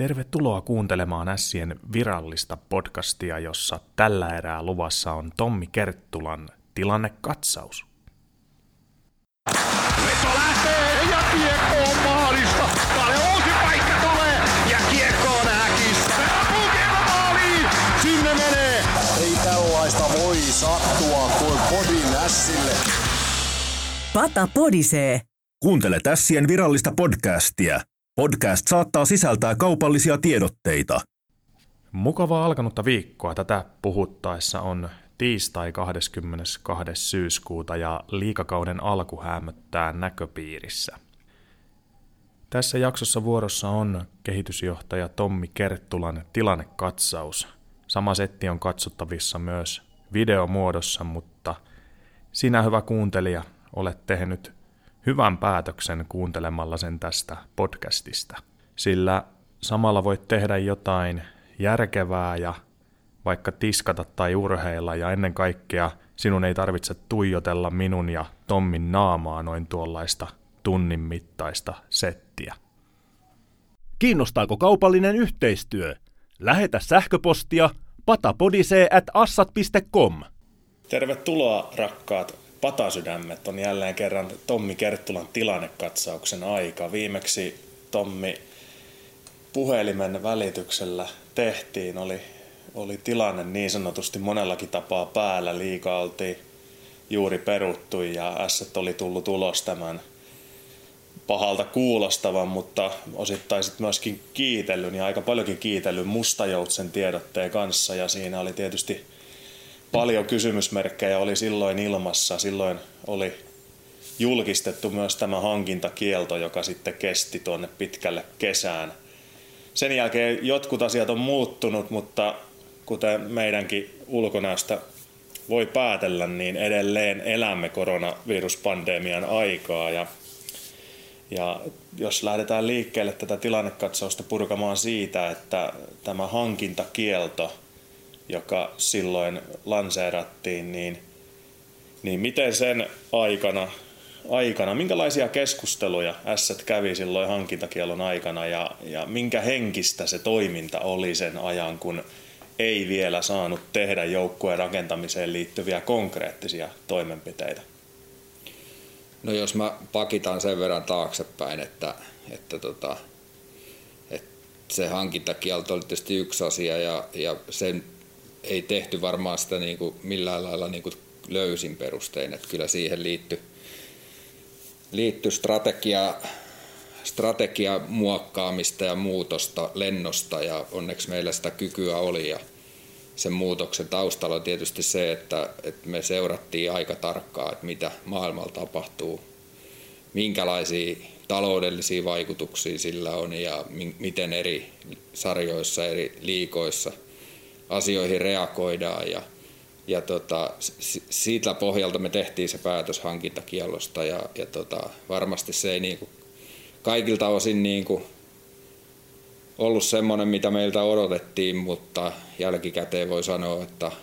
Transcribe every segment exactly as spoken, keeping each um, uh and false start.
Tervetuloa kuuntelemaan Ässien virallista podcastia, jossa tällä erää luvassa on Tommi Kerttulan tilannekatsaus. Veto lähtee ja kiekko on maalista. Kalle uusi paikka tulee ja kiekko on häkissä. Ampuu kiekko maaliin. Sinne menee. Ei tällaista voi sattua kuin Podin Ässille. Pata podisee. Kuuntele Ässien virallista podcastia. Podcast saattaa sisältää kaupallisia tiedotteita. Mukavaa alkanutta viikkoa tätä puhuttaessa on tiistai kahdeskymmenestoinen syyskuuta ja liigakauden alku häämöttää näköpiirissä. Tässä jaksossa vuorossa on kehitysjohtaja Tommi Kerttulan tilannekatsaus. Sama setti on katsottavissa myös videomuodossa, mutta sinä, hyvä kuuntelija, olet tehnyt hyvän päätöksen kuuntelemalla sen tästä podcastista, sillä samalla voit tehdä jotain järkevää ja vaikka tiskata tai urheilla, ja ennen kaikkea sinun ei tarvitse tuijotella minun ja Tommin naamaa noin tuollaista tunnin mittaista settiä. Kiinnostaako kaupallinen yhteistyö? Lähetä sähköpostia patapodisee at assat piste com. Tervetuloa, rakkaat patasydämet. On jälleen kerran Tommi Kerttulan tilannekatsauksen aika. Viimeksi Tommi puhelimen välityksellä tehtiin. Oli, oli tilanne niin sanotusti monellakin tapaa päällä. Liiga oltiin juuri peruttu ja Ässät oli tullut ulos tämän pahalta kuulostavan, mutta osittain sit myöskin kiitellyn ja aika paljonkin kiitellyn Mustajoutsen tiedotteen kanssa. Ja siinä oli tietysti paljon kysymysmerkkejä oli silloin ilmassa. Silloin oli julkistettu myös tämä hankintakielto, joka sitten kesti tuonne pitkälle kesään. Sen jälkeen jotkut asiat on muuttunut, mutta kuten meidänkin ulkonäöstä voi päätellä, niin edelleen elämme koronaviruspandemian aikaa. Ja, ja jos lähdetään liikkeelle tätä tilannekatsausta purkamaan siitä, että tämä hankintakielto, joka silloin lanseerattiin, niin, niin miten sen aikana, aikana, minkälaisia keskusteluja Ässät kävi silloin hankintakielon aikana ja, ja minkä henkistä se toiminta oli sen ajan, kun ei vielä saanut tehdä joukkueen rakentamiseen liittyviä konkreettisia toimenpiteitä? No jos mä pakitan sen verran taaksepäin, että, että, tota, että se hankintakielto oli tietysti yksi asia ja, ja sen ei tehty varmaan sitä niin kuin millään lailla niin kuin löysin perustein, että kyllä siihen liittyi, liittyi strategia, strategia muokkaamista ja muutosta lennosta ja onneksi meillä sitä kykyä oli ja sen muutoksen taustalla on tietysti se, että, että me seurattiin aika tarkkaan, että mitä maailmalla tapahtuu, minkälaisia taloudellisia vaikutuksia sillä on ja miten eri sarjoissa, eri liigoissa asioihin reagoidaan ja, ja tota, siitä pohjalta me tehtiin se päätös hankintakiellosta ja, ja tota, varmasti se ei niinku kaikilta osin niinku ollut semmoinen, mitä meiltä odotettiin, mutta jälkikäteen voi sanoa, että,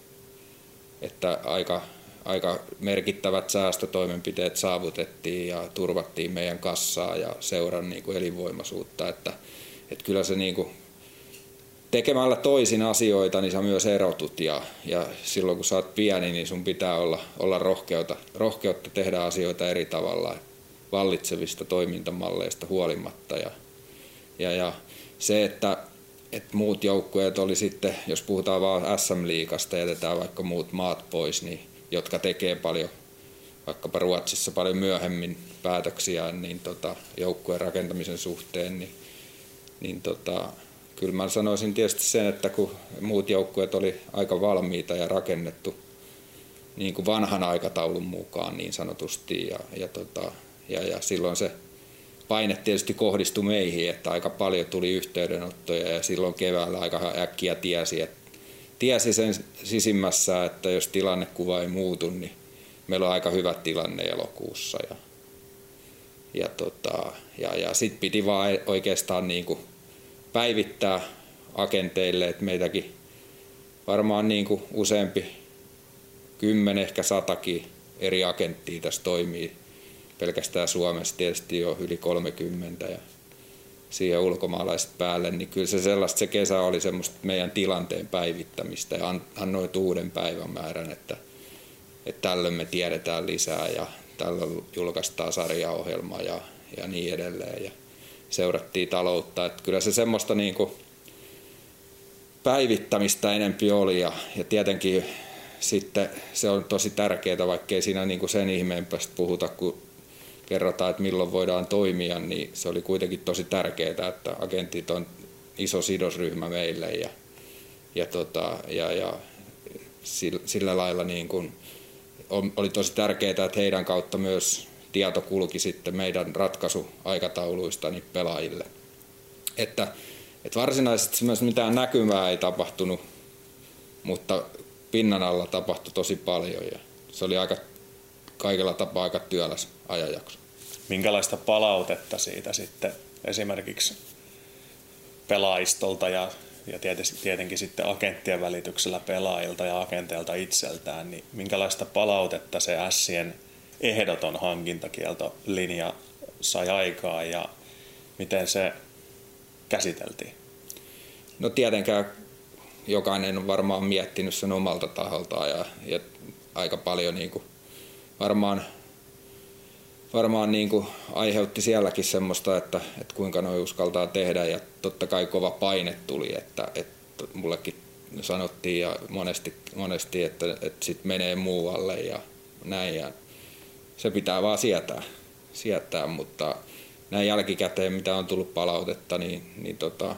että aika, aika merkittävät säästötoimenpiteet saavutettiin ja turvattiin meidän kassaa ja seuran niinku elinvoimaisuutta, että, että kyllä se niinku tekemällä toisin asioita, niin sä myös erotut ja, ja silloin kun sä oot pieni, niin sun pitää olla, olla rohkeutta, rohkeutta tehdä asioita eri tavalla vallitsevista toimintamalleista huolimatta. Ja, ja, ja se, että, että muut joukkueet oli sitten, jos puhutaan vaan äs äm-liigasta, jätetään vaikka muut maat pois, niin, jotka tekee paljon, vaikkapa Ruotsissa paljon myöhemmin päätöksiä niin tota, joukkueen rakentamisen suhteen, niin, niin tota, kyllä mä sanoisin tietysti sen, että kun muut joukkueet oli aika valmiita ja rakennettu niin kuin vanhan aikataulun mukaan niin sanotusti ja, ja, tota, ja, ja silloin se paine tietysti kohdistui meihin, että aika paljon tuli yhteydenottoja ja silloin keväällä aika äkkiä tiesi, että tiesi sen sisimmässä, että jos tilannekuva ei muutu, niin meillä on aika hyvä tilanne elokuussa ja, ja, tota, ja, ja sitten piti vaan oikeastaan niin kuin päivittää agenteille, että meitäkin varmaan niin kuin useampi kymmen, ehkä satakin eri agenttia tässä toimii. Pelkästään Suomessa tietysti jo yli kolmekymmentä ja siihen ulkomaalaiset päälle, niin kyllä se sellaista, se kesä oli semmoista meidän tilanteen päivittämistä ja annoi uuden päivämäärän, että, että tällöin me tiedetään lisää ja tällöin julkaistaan sarjaohjelma ja, ja niin edelleen ja seurattiin taloutta. Että kyllä se semmoista niin kuin päivittämistä enempi oli ja, ja tietenkin sitten se on tosi tärkeää, vaikkei siinä niin kuin sen ihmeempästä puhuta, kun kerrotaan, että milloin voidaan toimia, niin se oli kuitenkin tosi tärkeää, että agentit on iso sidosryhmä meille ja, ja, tota, ja, ja sillä, sillä lailla niin kuin oli tosi tärkeää, että heidän kautta myös tieto kulki sitten meidän ratkaisuaikatauluista niin pelaajille. Että, että varsinaisesti myös mitään näkymää ei tapahtunut, mutta pinnan alla tapahtui tosi paljon ja se oli aika, kaikella tapaa aika työläs ajanjakso. Minkälaista palautetta siitä sitten esimerkiksi pelaajistolta ja, ja tietenkin sitten agenttien välityksellä pelaajilta ja agenteilta itseltään, niin minkälaista palautetta se Ässien ehdoton hankintakieltolinja sai aikaan ja miten se käsiteltiin? No tietenkään jokainen on varmaan miettinyt sen omalta taholtaan ja, ja aika paljon niin kuin varmaan, varmaan niin kuin aiheutti sielläkin semmoista, että, että kuinka noi uskaltaa tehdä ja totta kai kova paine tuli, että, että mullekin sanottiin ja monesti, monesti että, että sit menee muualle ja näin ja se pitää vaan sietää, sietää mutta näin jälkikäteen mitä on tullut palautetta niin, niin, tota,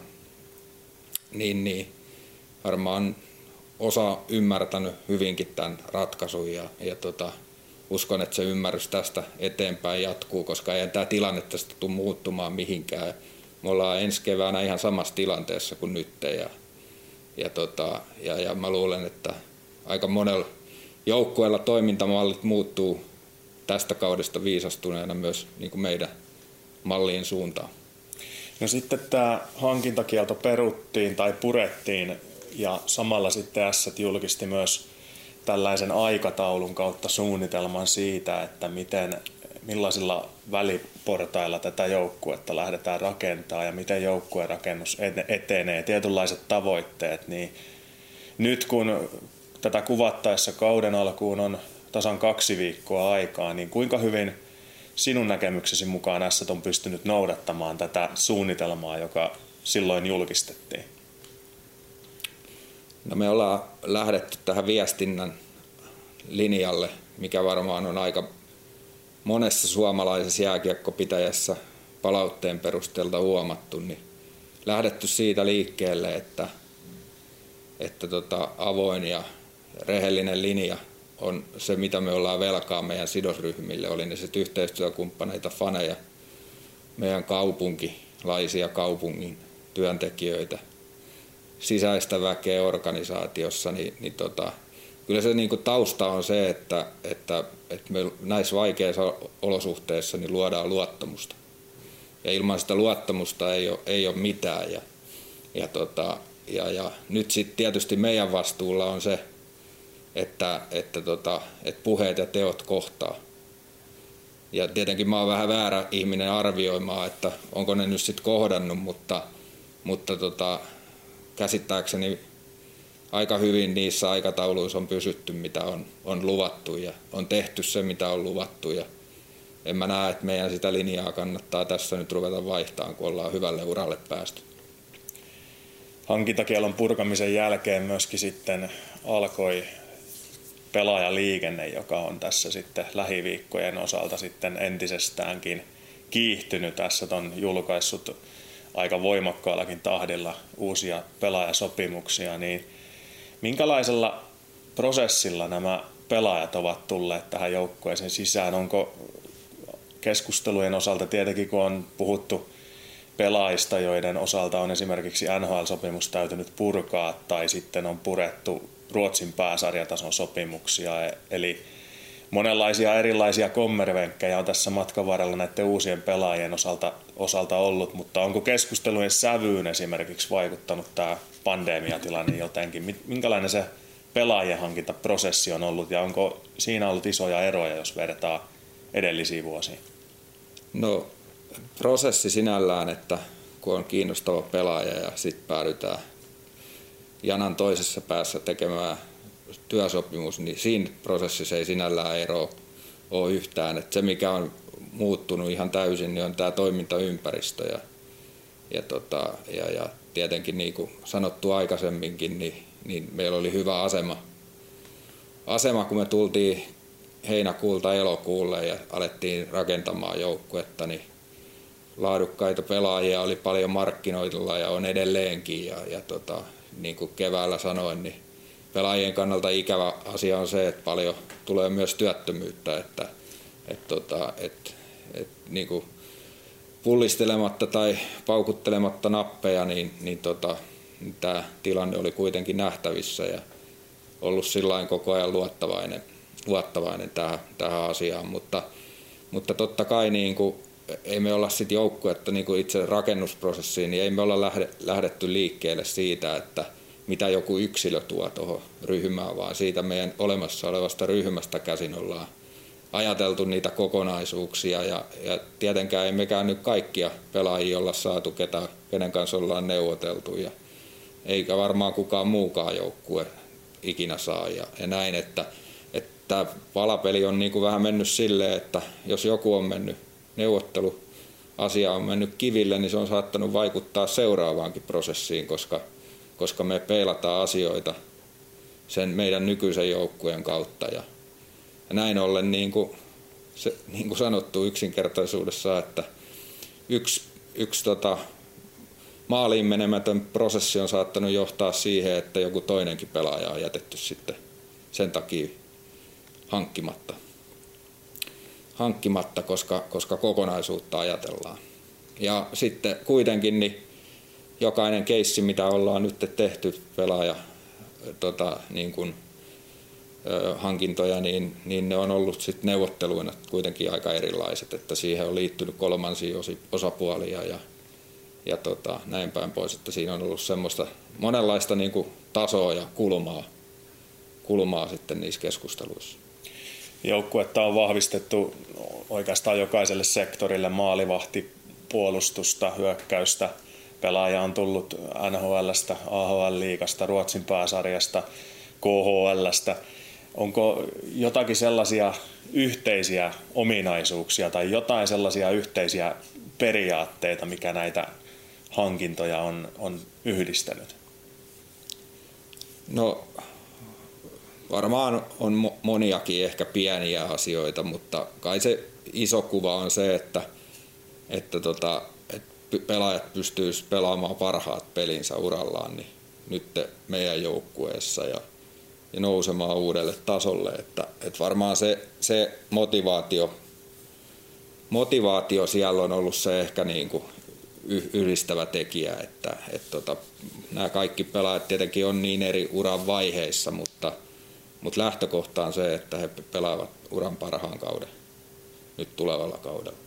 niin, niin varmaan osa ymmärtänyt hyvinkin tämän ratkaisun ja, ja tota, uskon, että se ymmärrys tästä eteenpäin jatkuu, koska ei tämä tilanne tästä tule muuttumaan mihinkään. Me ollaan ensi keväänä ihan samassa tilanteessa kuin nyt ja, ja, tota, ja, ja mä luulen, että aika monella joukkueella toimintamallit muuttuu tästä kaudesta viisastuneena myös niin kuin meidän malliin suuntaan. No sitten tämä hankintakielto peruttiin tai purettiin ja samalla sitten Ässät julkisti myös tällaisen aikataulun kautta suunnitelman siitä, että miten, millaisilla väliportailla tätä joukkuetta lähdetään rakentamaan ja miten joukkueen rakennus etenee, tietynlaiset tavoitteet, niin nyt kun tätä kuvattaessa kauden alkuun on tasan kaksi viikkoa aikaa, niin kuinka hyvin sinun näkemyksesi mukaan Ässät on pystynyt noudattamaan tätä suunnitelmaa, joka silloin julkistettiin? No me ollaan lähdetty tähän viestinnän linjalle, mikä varmaan on aika monessa suomalaisessa jääkiekkopitäjässä palautteen perusteelta huomattu, niin lähdetty siitä liikkeelle, että, että tota, avoin ja rehellinen linja on se, mitä me ollaan velkaa meidän sidosryhmille, oli ne sitten yhteistyökumppaneita, faneja, meidän kaupunkilaisia kaupungin työntekijöitä, sisäistä väkeä organisaatiossa, niin, niin tota, kyllä se niin kuin tausta on se, että, että, että me näissä vaikeissa olosuhteissa niin luodaan luottamusta. Ja ilman sitä luottamusta ei ole, ei ole mitään. Ja, ja, tota, ja, ja nyt sitten tietysti meidän vastuulla on se, että, että, tota, että puheet ja teot kohtaa. Ja tietenkin mä oon vähän väärä ihminen arvioimaan, että onko ne nyt sitten kohdannut, mutta, mutta tota, käsittääkseni aika hyvin niissä aikatauluissa on pysytty, mitä on, on luvattu ja on tehty se, mitä on luvattu. Ja en mä näe, että meidän sitä linjaa kannattaa tässä nyt ruveta vaihtamaan, kun ollaan hyvälle uralle päästy. Hankintakielon purkamisen jälkeen myöskin sitten alkoi pelaajaliikenne, joka on tässä sitten lähiviikkojen osalta sitten entisestäänkin kiihtynyt. Tässä on julkaissut aika voimakkaallakin tahdilla uusia pelaajasopimuksia, niin minkälaisella prosessilla nämä pelaajat ovat tulleet tähän joukkueeseen sisään? Onko keskustelujen osalta tietenkin, kun on puhuttu pelaajista, joiden osalta on esimerkiksi N H L-sopimus täytynyt purkaa tai sitten on purettu Ruotsin pääsarjatason sopimuksia, eli monenlaisia erilaisia kommervenkkejä on tässä matkan varrella näiden uusien pelaajien osalta, osalta ollut, mutta onko keskustelujen sävyyn esimerkiksi vaikuttanut tämä pandemiatilanne jotenkin? Minkälainen se pelaajien hankintaprosessi on ollut ja onko siinä ollut isoja eroja, jos vertaa edellisiin vuosiin? No prosessi sinällään, että kun on kiinnostava pelaaja ja sitten päädytään janan toisessa päässä tekemään työsopimus, niin siinä prosessissa ei sinällään ero ole yhtään. Et se, mikä on muuttunut ihan täysin, niin on tämä toimintaympäristö. Ja, ja, tota, ja, ja tietenkin niin kuin sanottu aikaisemminkin, niin, niin meillä oli hyvä asema. Asema, kun me tultiin heinäkuulta elokuulle ja alettiin rakentamaan joukkuetta, niin laadukkaita pelaajia oli paljon markkinoilla ja on edelleenkin. Ja, ja tota, niin kuin keväällä sanoin, niin pelaajien kannalta ikävä asia on se, että paljon tulee myös työttömyyttä, että et, tota, et, et, niin kuin pullistelematta tai paukuttelematta nappeja, niin, niin tota, tämä tilanne oli kuitenkin nähtävissä ja ollut sillain koko ajan luottavainen, luottavainen tähän, tähän asiaan, mutta, mutta totta kai niin kuin, ei me olla sitten joukkuetta niin kuin itse rakennusprosessiin, niin ei me olla lähde, lähdetty liikkeelle siitä, että mitä joku yksilö tuo tuohon ryhmään, vaan siitä meidän olemassa olevasta ryhmästä käsin ollaan ajateltu niitä kokonaisuuksia ja, ja tietenkään ei mekään nyt kaikkia pelaajia olla saatu, ketä, kenen kanssa ollaan neuvoteltu ja eikä varmaan kukaan muukaan joukkue ikinä saa ja, ja näin, että tämä palapeli on niin kuin vähän mennyt silleen, että jos joku on mennyt neuvottelu, asia on mennyt kiville, niin se on saattanut vaikuttaa seuraavaankin prosessiin, koska, koska me peilataan asioita sen meidän nykyisen joukkueen kautta. Ja, ja näin ollen, niin kuin, se, niin kuin sanottu yksinkertaisuudessa, että yksi, yksi tota, maaliin menemätön prosessi on saattanut johtaa siihen, että joku toinenkin pelaaja on jätetty sitten sen takia hankkimatta. hankkimatta, koska, koska kokonaisuutta ajatellaan. Ja sitten kuitenkin niin jokainen keissi, mitä ollaan nyt tehty pelaaja tota, niin kuin, ö, hankintoja, niin, niin ne on ollut sit neuvotteluina kuitenkin aika erilaiset, että siihen on liittynyt kolmansia osapuolia ja, ja tota, näin päin pois, että siinä on ollut semmoista monenlaista niin kuin tasoa ja kulmaa, kulmaa sitten niissä keskusteluissa. Joukkuetta on vahvistettu oikeastaan jokaiselle sektorille, maalivahti, puolustusta, hyökkäystä. Pelaaja on tullut N H L:stä, A H L-liigasta, Ruotsin pääsarjasta, K H L:stä. Onko jotakin sellaisia yhteisiä ominaisuuksia tai jotain sellaisia yhteisiä periaatteita, mikä näitä hankintoja on, on yhdistänyt? No varmaan on moniakin ehkä pieniä asioita, mutta kai se iso kuva on se, että, että, tota, että pelaajat pystyisivät pelaamaan parhaat pelinsä urallaan niin nyt meidän joukkueessa ja, ja nousemaan uudelle tasolle. Että, että varmaan se, se motivaatio, motivaatio siellä on ollut se ehkä niin kuin yhdistävä tekijä, että, että tota, nämä kaikki pelaajat tietenkin on niin eri uran vaiheissa, mutta Mutta lähtökohta on se, että he pelaavat uran parhaan kauden nyt tulevalla kaudella.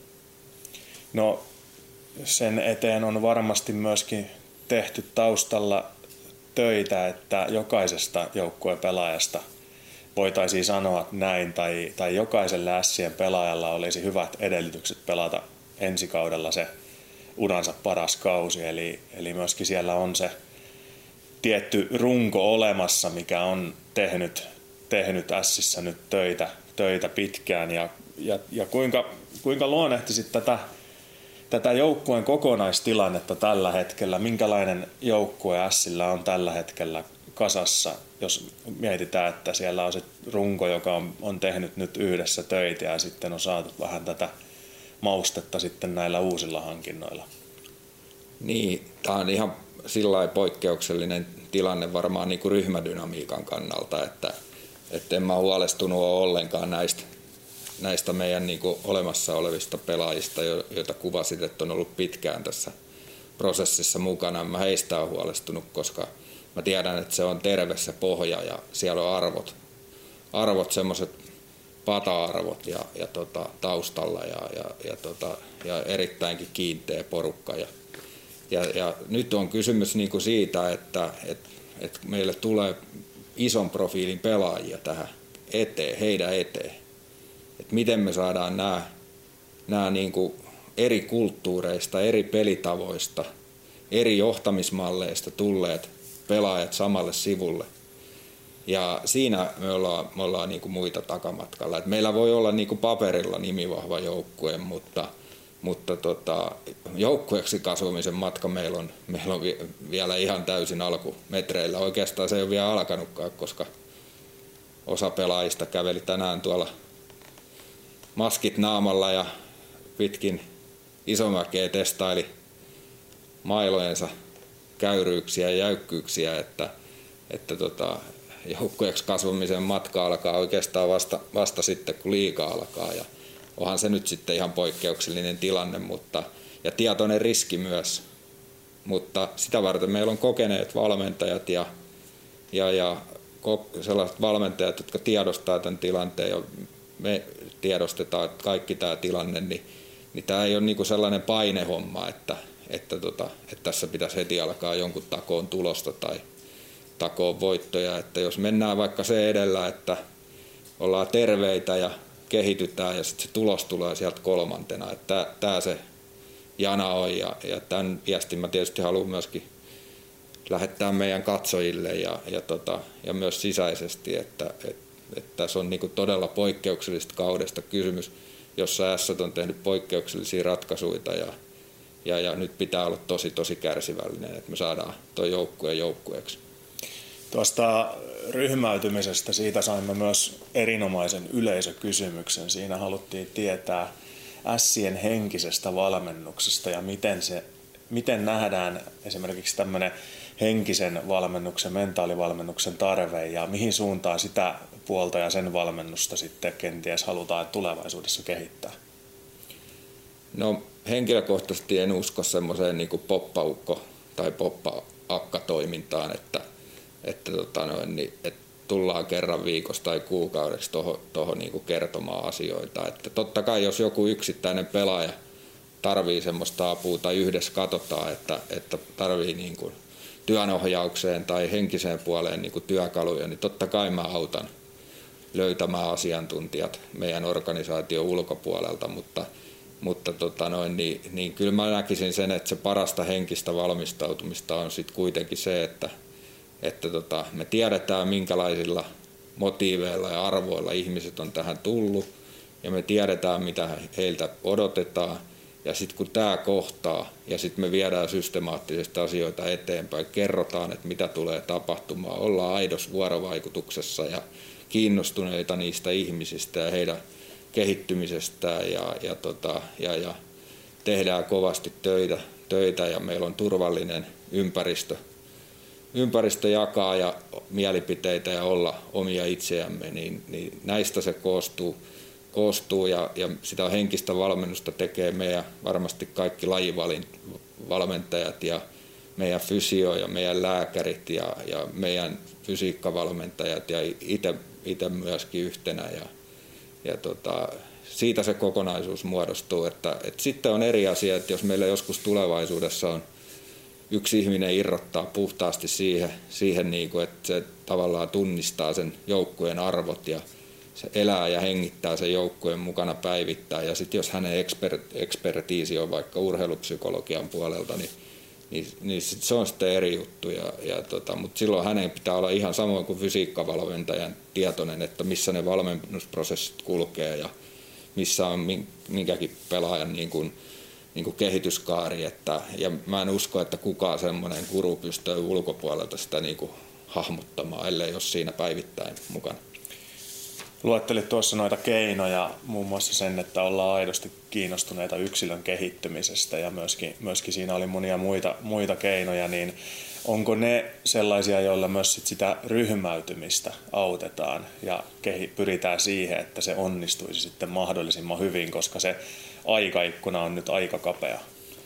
No sen eteen on varmasti myöskin tehty taustalla töitä, että jokaisesta joukkueen pelaajasta voitaisiin sanoa näin, tai, tai jokaisella Ässien pelaajalla olisi hyvät edellytykset pelata ensi kaudella se uransa paras kausi. Eli, eli myöskin siellä on se tietty runko olemassa, mikä on tehnyt tehnyt Ässissä nyt töitä, töitä pitkään ja, ja, ja kuinka, kuinka luonnehtisit tätä, tätä joukkueen kokonaistilannetta tällä hetkellä, minkälainen joukkue Ässillä on tällä hetkellä kasassa, jos mietitään, että siellä on se runko, joka on, on tehnyt nyt yhdessä töitä ja sitten on saatu vähän tätä maustetta sitten näillä uusilla hankinnoilla. Niin, tämä on ihan sillain poikkeuksellinen tilanne varmaan niin kuin ryhmädynamiikan kannalta, että Että en mä huolestunut ole ollenkaan näistä, näistä meidän niin kuin olemassa olevista pelaajista, joita kuvasit, että on ollut pitkään tässä prosessissa mukana. Mä heistä olen huolestunut, koska mä tiedän, että se on terve se pohja ja siellä on arvot, arvot semmoiset pata-arvot ja, ja tota, taustalla ja, ja, ja, tota, ja erittäinkin kiinteä porukka. Ja, ja, ja nyt on kysymys niin kuin siitä, että et, et meille tulee ison profiilin pelaajia tähän eteen, heidän eteen. Et miten me saadaan nämä, nämä niin kuin eri kulttuureista, eri pelitavoista eri johtamismalleista tulleet pelaajat samalle sivulle. Ja siinä me ollaan, me ollaan niin kuin muita takamatkalla. Et meillä voi olla niin kuin paperilla nimivahva joukkue, mutta, mutta tota, joukkueeksi kasvamisen matka meillä on, meillä on vielä ihan täysin alkumetreillä. Oikeastaan se ei ole vielä alkanutkaan, koska osa pelaajista käveli tänään tuolla maskit naamalla ja pitkin Isomäkeä testaili mailojensa käyryyksiä ja jäykkyyksiä, että, että tota, joukkueeksi kasvamisen matka alkaa oikeastaan vasta, vasta sitten, kun liiga alkaa. Ja onhan se nyt sitten ihan poikkeuksellinen tilanne, mutta, ja tietoinen riski myös. Mutta sitä varten meillä on kokeneet valmentajat ja, ja, ja sellaiset valmentajat, jotka tiedostaa tämän tilanteen ja me tiedostetaan kaikki tämä tilanne, niin, niin tämä ei ole niinku sellainen painehomma, että, että, tota, että tässä pitäisi heti alkaa jonkun takoon tulosta tai takoon voittoja. Että jos mennään vaikka se edellä, että ollaan terveitä ja kehitytään ja sitten se tulos tulee sieltä kolmantena. Että tämä se jana on ja, ja tämän viestin mä tietysti haluan myöskin lähettää meidän katsojille ja, ja, tota, ja myös sisäisesti, että et, et tässä on niinku todella poikkeuksellisesta kaudesta kysymys, jossa S on tehnyt poikkeuksellisia ratkaisuja ja, ja, ja nyt pitää olla tosi tosi kärsivällinen, että me saadaan tuo joukkue joukkueeksi. Tuosta ryhmäytymisestä, siitä saimme myös erinomaisen yleisökysymyksen. Siinä haluttiin tietää Ässien henkisestä valmennuksesta ja miten, se, miten nähdään esimerkiksi tämmöinen henkisen valmennuksen, mentaalivalmennuksen tarve ja mihin suuntaan sitä puolta ja sen valmennusta sitten kenties halutaan tulevaisuudessa kehittää? No henkilökohtaisesti en usko semmoiseen niin kuin poppaukko- tai poppa-akka-toimintaan, että, että, tota noin, niin, että tullaan kerran viikossa tai kuukaudeksi tuohon niin kertomaan asioita. Että totta kai jos joku yksittäinen pelaaja tarvii semmoista apua tai yhdessä katsotaan, että, että tarvii niin kuin työnohjaukseen tai henkiseen puoleen niin kuin työkaluja, niin totta kai mä autan löytämään asiantuntijat meidän organisaation ulkopuolelta, mutta, mutta tota noin, niin, niin kyllä mä näkisin sen, että se parasta henkistä valmistautumista on sitten kuitenkin se, että, että tota, me tiedetään minkälaisilla motiiveilla ja arvoilla ihmiset on tähän tullut ja me tiedetään mitä heiltä odotetaan. Ja sitten kun tämä kohtaa ja sitten me viedään systemaattisesti asioita eteenpäin, kerrotaan, että mitä tulee tapahtumaan, ollaan aidossa vuorovaikutuksessa ja kiinnostuneita niistä ihmisistä ja heidän kehittymisestään ja, ja, tota, ja, ja tehdään kovasti töitä, töitä ja meillä on turvallinen ympäristö, ympäristö jakaa ja mielipiteitä ja olla omia itseämme, niin, niin näistä se koostuu. koostuu ja, ja sitä henkistä valmennusta tekee meidän varmasti kaikki lajivalmentajat ja meidän fysio ja meidän lääkärit ja, ja meidän fysiikkavalmentajat ja itse myöskin yhtenä ja, ja tota, siitä se kokonaisuus muodostuu, että, että sitten on eri asia, että jos meillä joskus tulevaisuudessa on yksi ihminen irrottaa puhtaasti siihen, siihen niin kuin, että se tavallaan tunnistaa sen joukkueen arvot ja se elää ja hengittää sen joukkueen mukana päivittäin ja sitten jos hänen expert, ekspertiisi on vaikka urheilupsykologian puolelta, niin, niin, niin sit se on sitten eri juttu. Ja, ja tota, mutta silloin hänen pitää olla ihan samoin kuin fysiikkavalmentajan tietoinen, että missä ne valmennusprosessit kulkee ja missä on minkäkin pelaajan niin kuin, niin kuin kehityskaari. Että, ja mä en usko, että kukaan semmoinen guru pystyy ulkopuolelta sitä niin kuin hahmottamaan, ellei ole siinä päivittäin mukana. Luettelit tuossa noita keinoja, muun muassa sen, että ollaan aidosti kiinnostuneita yksilön kehittymisestä ja myöskin, myöskin siinä oli monia muita, muita keinoja, niin onko ne sellaisia, joilla myös sit sitä ryhmäytymistä autetaan ja kehi, pyritään siihen, että se onnistuisi sitten mahdollisimman hyvin, koska se aikaikkuna on nyt aika kapea?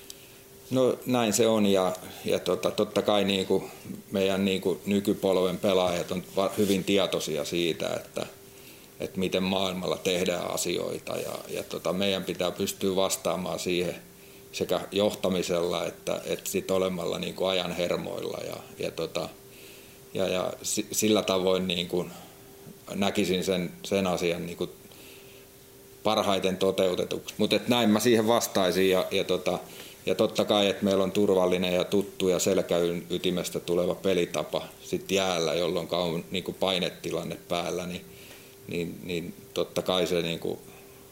No näin se on ja, ja tota, totta kai niin kuin meidän niin kuin nykypolven pelaajat on hyvin tietoisia siitä, että että miten maailmalla tehdään asioita ja, ja tota, meidän pitää pystyä vastaamaan siihen sekä johtamisella että, että sit olemalla niin kuin ajan hermoilla ja, ja, tota, ja, ja sillä tavoin niin kuin näkisin sen, sen asian niin kuin parhaiten toteutetuksi. Mutta näin mä siihen vastaisin ja, ja tota, ja totta kai, että meillä on turvallinen ja tuttu ja selkäytimestä tuleva pelitapa sitten jäällä, jolloin on niin kuin painetilanne päällä, niin, niin, niin totta kai se niin kuin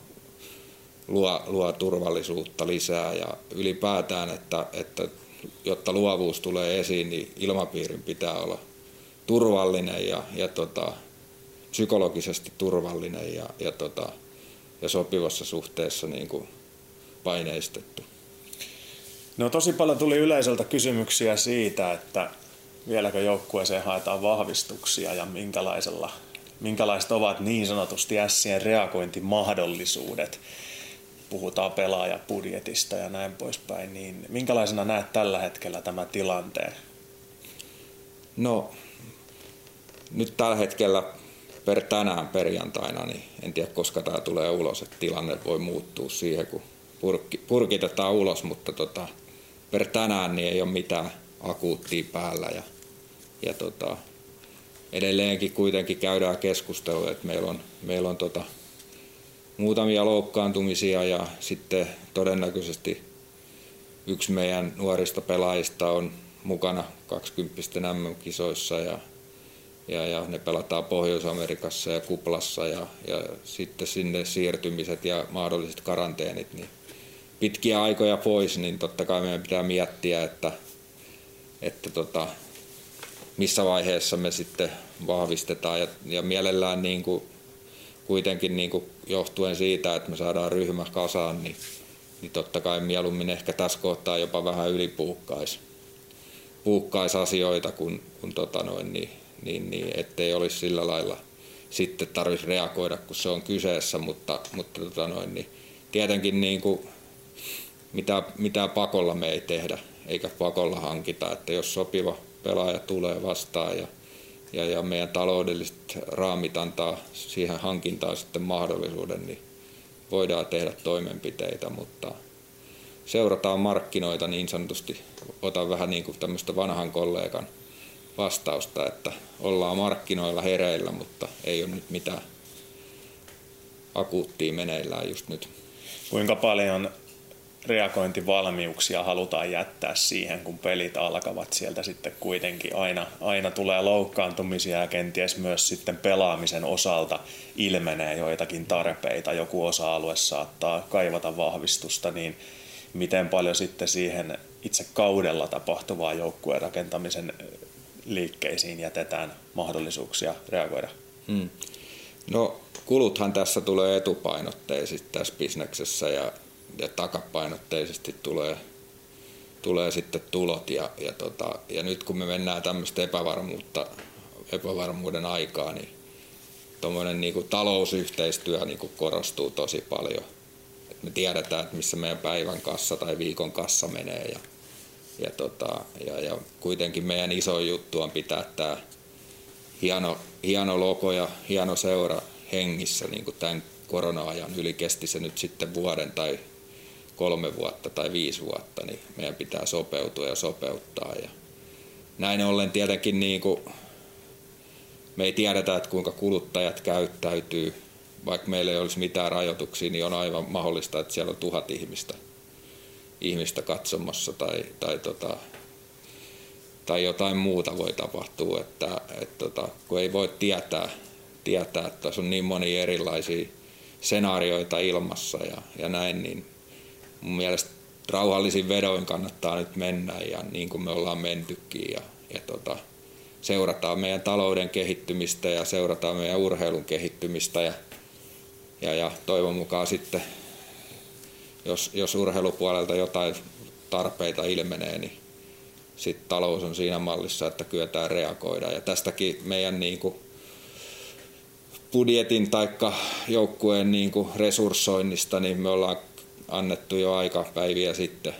luo, luo turvallisuutta lisää. Ja ylipäätään, että, että jotta luovuus tulee esiin, niin ilmapiirin pitää olla turvallinen ja, ja tota, psykologisesti turvallinen ja, ja, tota, ja sopivassa suhteessa niin kuin paineistettu. No tosi paljon tuli yleisöltä kysymyksiä siitä, että vieläkö joukkueeseen haetaan vahvistuksia ja minkälaisella, minkälaiset ovat niin sanotusti ässien reagointimahdollisuudet. Puhutaan pelaajabudjetista ja näin poispäin, niin minkälaisena näet tällä hetkellä tämä tilanteen? No nyt tällä hetkellä per tänään perjantaina, niin en tiedä koska tämä tulee ulos, että tilanne voi muuttua siihen, kun purki, purkitetaan ulos, mutta tota, per tänään niin ei ole mitään akuuttia päällä ja, ja tota, edelleenkin kuitenkin käydään keskustelua, että meillä on, meillä on tota, muutamia loukkaantumisia ja sitten todennäköisesti yksi meidän nuorista pelaajista on mukana kaksikymppisten äm äm-kisoissa ja, ja, ja ne pelataan Pohjois-Amerikassa ja kuplassa ja, ja sitten sinne siirtymiset ja mahdolliset karanteenit, niin pitkiä aikoja pois, niin totta kai meidän pitää miettiä, että, että tota, missä vaiheessa me sitten vahvistetaan ja, ja mielellään niin kuin, kuitenkin niin kuin johtuen siitä, että me saadaan ryhmä kasaan, niin, niin totta kai mieluummin ehkä tässä kohtaa jopa vähän ylipuukkaisi puukkais asioita, kun, kun tota noin, niin, niin, niin, ettei olisi sillä lailla sitten tarvitsisi reagoida, kun se on kyseessä, mutta, mutta tota noin, niin tietenkin niin kuin, mitä, mitä pakolla me ei tehdä, eikä pakolla hankita, että jos sopiva pelaaja tulee vastaan ja, ja, ja meidän taloudelliset raamit antaa siihen hankintaan sitten mahdollisuuden, niin voidaan tehdä toimenpiteitä, mutta seurataan markkinoita niin sanotusti. Otan vähän niin kuin tämmöistä vanhan kollegan vastausta, että ollaan markkinoilla hereillä, mutta ei ole nyt mitään akuuttia meneillään just nyt. Kuinka paljon reagointivalmiuksia halutaan jättää siihen, kun pelit alkavat, sieltä sitten kuitenkin aina, aina tulee loukkaantumisia ja kenties myös sitten pelaamisen osalta ilmenee joitakin tarpeita, joku osa-alue saattaa kaivata vahvistusta, niin miten paljon sitten siihen itse kaudella tapahtuvaan joukkueen rakentamisen liikkeisiin jätetään mahdollisuuksia reagoida? Hmm. No kuluthan tässä tulee etupainotteisesti tässä bisneksessä ja ja takapainotteisesti tulee, tulee sitten tulot. Ja, ja, tota, ja nyt kun me mennään tämmöistä epävarmuutta, epävarmuuden aikaa, niin tuommoinen niin kuin talousyhteistyö niin kuin korostuu tosi paljon. Et me tiedetään, että missä meidän päivän kassa tai viikon kassa menee. Ja, ja, tota, ja, ja kuitenkin meidän iso juttu on pitää tämä hieno, hieno logo ja hieno seura hengissä niin kuin tämän korona-ajan yli, kesti se nyt sitten vuoden tai kolme vuotta tai viisi vuotta, niin meidän pitää sopeutua ja sopeuttaa. Ja näin ollen tietenkin niin kuin me ei tiedetä, että kuinka kuluttajat käyttäytyy. Vaikka meillä ei olisi mitään rajoituksia, niin on aivan mahdollista, että siellä on tuhat ihmistä, ihmistä katsomassa tai, tai, tota, tai jotain muuta voi tapahtua. Että, et, tota, kun ei voi tietää, tietää, että tässä on niin monia erilaisia senaarioita ilmassa ja, ja näin, niin mun mielestä rauhallisin vedoin kannattaa nyt mennä ja niin kuin me ollaan mentykin ja, ja tota, seurataan meidän talouden kehittymistä ja seurataan meidän urheilun kehittymistä ja, ja, ja toivon mukaan sitten, jos, jos urheilupuolelta jotain tarpeita ilmenee, niin sitten talous on siinä mallissa, että kyetään reagoida ja tästäkin meidän niin kuin budjetin taikka joukkueen niin kuin resurssoinnista, niin me ollaan annettu jo aikapäiviä sitten,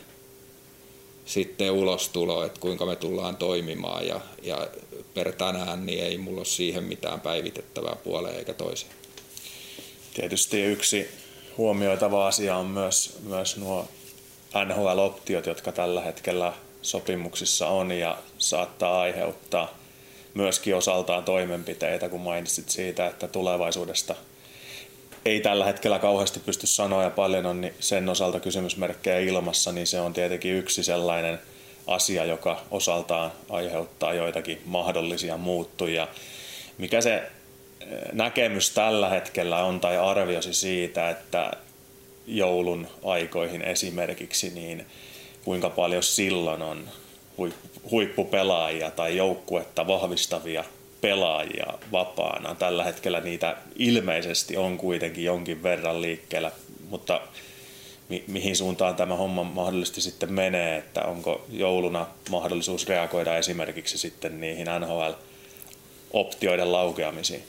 sitten ulostulo, että kuinka me tullaan toimimaan ja, ja per tänään niin ei mulla ole siihen mitään päivitettävää puoleen eikä toiseen. Tietysti yksi huomioitava asia on myös, myös nuo N H L-optiot, jotka tällä hetkellä sopimuksissa on ja saattaa aiheuttaa myöskin osaltaan toimenpiteitä, kun mainitsit siitä, että tulevaisuudesta ei tällä hetkellä kauheasti pysty sanoa ja paljon on niin sen osalta kysymysmerkkejä ilmassa, niin se on tietenkin yksi sellainen asia, joka osaltaan aiheuttaa joitakin mahdollisia muuttuja. Mikä se näkemys tällä hetkellä on tai arviosi siitä, että joulun aikoihin esimerkiksi, niin kuinka paljon silloin on huippupelaajia tai joukkuetta vahvistavia pelaajia vapaana? Tällä hetkellä niitä ilmeisesti on kuitenkin jonkin verran liikkeellä, mutta mi- mihin suuntaan tämä homma mahdollisesti sitten menee, että onko jouluna mahdollisuus reagoida esimerkiksi sitten niihin N H L-optioiden laukeamisiin?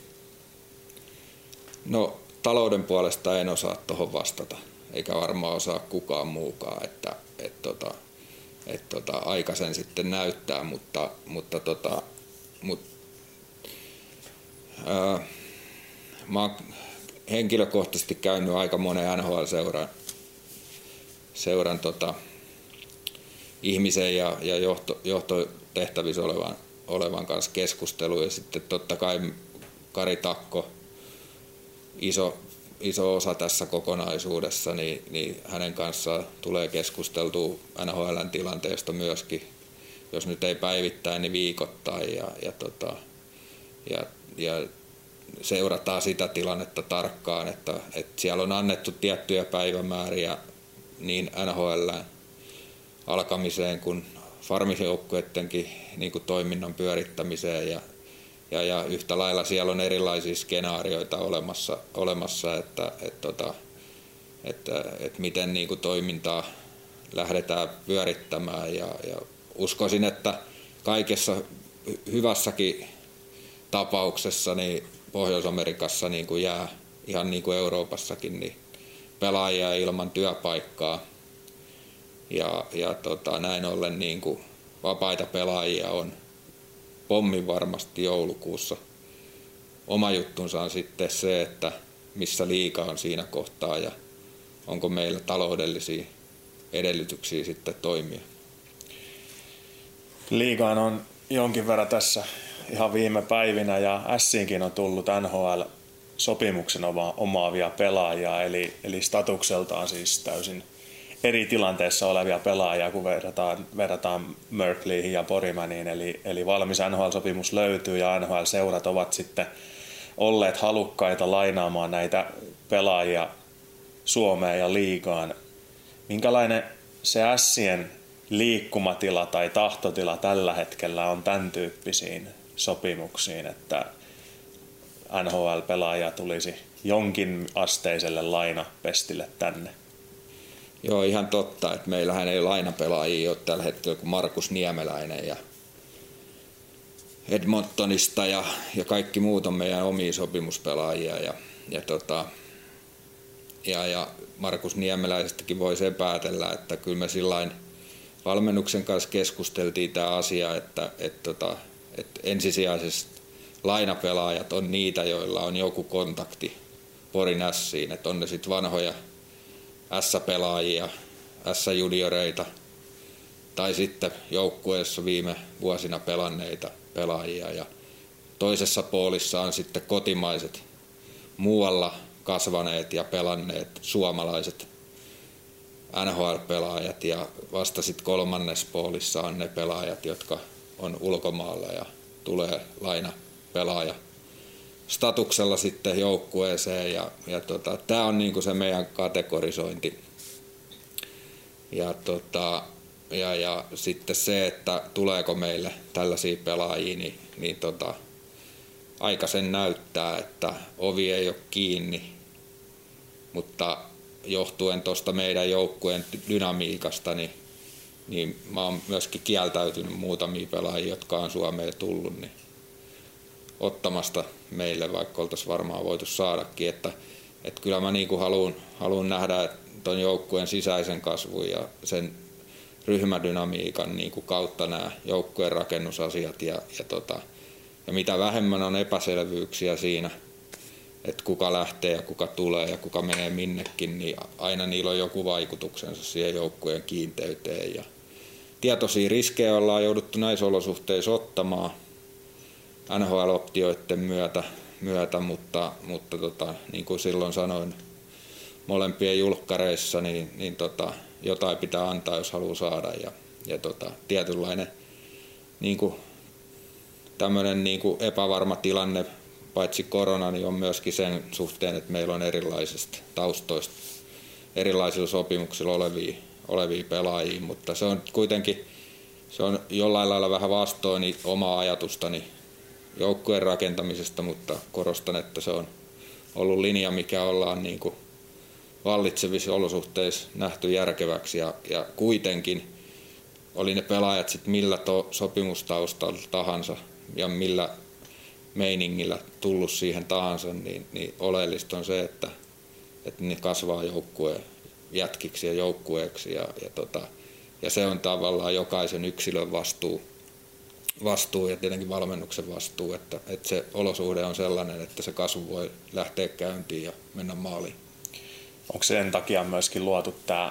No talouden puolesta en osaa tuohon vastata, eikä varmaan osaa kukaan muukaan, että et, tota, et, tota, aika sen sitten näyttää, mutta, mutta tota, mut, ää, mä oon henkilökohtaisesti käynyt aika monen N H L-seuran seuran, tota, ihmisen ja, ja johto, johtotehtävissä olevan, olevan kanssa keskustelua, ja sitten totta kai Kari Takko, iso, iso osa tässä kokonaisuudessa, niin, niin hänen kanssaan tulee keskusteltua N H L:n tilanteesta myöskin, jos nyt ei päivittäin, niin viikoittain, ja, ja, tota, ja, ja seurataan sitä tilannetta tarkkaan, että, että siellä on annettu tiettyjä päivämääriä niin N H L:n alkamiseen kuin farmijoukkuettenkin niin kuin toiminnan pyörittämiseen, ja Ja, ja yhtä lailla siellä on erilaisia skenaarioita olemassa, olemassa että, että, että, että, että miten niin kuin toimintaa lähdetään pyörittämään. Ja, ja uskoisin, että kaikessa hyvässäkin tapauksessa niin Pohjois-Amerikassa niin kuin jää, ihan niin kuin Euroopassakin, niin pelaajia ilman työpaikkaa. Ja, ja tota, näin ollen niin kuin vapaita pelaajia on pommin varmasti joulukuussa. Oma juttunsa on sitten se, että missä liiga on siinä kohtaa ja onko meillä taloudellisia edellytyksiä sitten toimia. Liigaan on jonkin verran tässä ihan viime päivinä ja Ässiinkin on tullut N H L-sopimuksen omaavia pelaajia, eli, eli statukseltaan siis täysin eri tilanteessa olevia pelaajia, kun verrataan, verrataan Merkleyhin ja Porimaniin, eli, eli valmis N H L-sopimus löytyy ja N H L-seurat ovat sitten olleet halukkaita lainaamaan näitä pelaajia Suomeen ja liigaan. Minkälainen se Ässien liikkumatila tai tahtotila tällä hetkellä on tämän tyyppisiin sopimuksiin, että N H L-pelaaja tulisi jonkin asteiselle lainapestille tänne? Joo, ihan totta, että meillähän ei lainapelaajia ole tällä hetkellä kuin Markus Niemeläinen ja Edmontonista ja, ja kaikki muut on meidän omia sopimuspelaajia. Ja, ja, tota, ja, ja Markus Niemeläisestäkin voi sen päätellä, että kyllä me sillain valmennuksen kanssa keskusteltiin tämä asia, että et, tota, et ensisijaisesti lainapelaajat on niitä, joilla on joku kontakti Porin Ässiin, että on ne sitten vanhoja S-pelaajia, S-junioreita tai sitten joukkueessa viime vuosina pelanneita pelaajia. Ja toisessa puolissa on sitten kotimaiset, muualla kasvaneet ja pelanneet suomalaiset N H L-pelaajat. Ja vasta sitten kolmannessa puolissa on ne pelaajat, jotka on ulkomailla ja tulee lainapelaaja statuksella sitten joukkueeseen ja, ja tota, tämä on niinku se meidän kategorisointi. Ja, tota, ja, ja sitten se, että tuleeko meille tällaisia pelaajia, niin, niin tota, aika sen näyttää, että ovi ei ole kiinni, mutta johtuen tuosta meidän joukkueen dynamiikasta, niin, niin mä oon myöskin kieltäytynyt muutamia pelaajia, jotka on Suomeen tullut, niin ottamasta meille, vaikka oltaisiin varmaan voitu saadakin. Että, että kyllä mä niin haluan, haluan nähdä tuon joukkueen sisäisen kasvun ja sen ryhmädynamiikan niin kuin kautta nämä joukkueen rakennusasiat. Ja, ja, tota, ja mitä vähemmän on epäselvyyksiä siinä, että kuka lähtee ja kuka tulee ja kuka menee minnekin, niin aina niillä on joku vaikutuksensa siihen joukkueen kiinteyteen. Ja tietoisia riskejä ollaan jouduttu näissä olosuhteissa ottamaan N H L-optioiden myötä, myötä, mutta, mutta tota, niin kuin silloin sanoin molempien julkkareissa, niin, niin tota, jotain pitää antaa, jos haluaa saada. Ja, ja tota, tietynlainen niin kuin, tämmöinen niin kuin epävarma tilanne, paitsi korona, niin on myöskin sen suhteen, että meillä on erilaisista taustoista, erilaisilla sopimuksilla olevia, olevia pelaajia, mutta se on kuitenkin se on jollain lailla vähän vastoin omaa ajatustani joukkueen rakentamisesta, mutta korostan, että se on ollut linja, mikä ollaan niin kuin vallitsevissa olosuhteissa nähty järkeväksi ja, ja kuitenkin oli ne pelaajat sitten millä to, sopimustaustalla tahansa ja millä meiningillä tullut siihen tahansa, niin, niin oleellista on se, että, että ne kasvaa joukkueen jätkiksi ja joukkueeksi ja, ja, tota, ja se on tavallaan jokaisen yksilön vastuu, vastuu ja tietenkin valmennuksen vastuu, että, että se olosuhde on sellainen, että se kasvu voi lähteä käyntiin ja mennä maaliin. Onko sen takia myöskin luotu tämä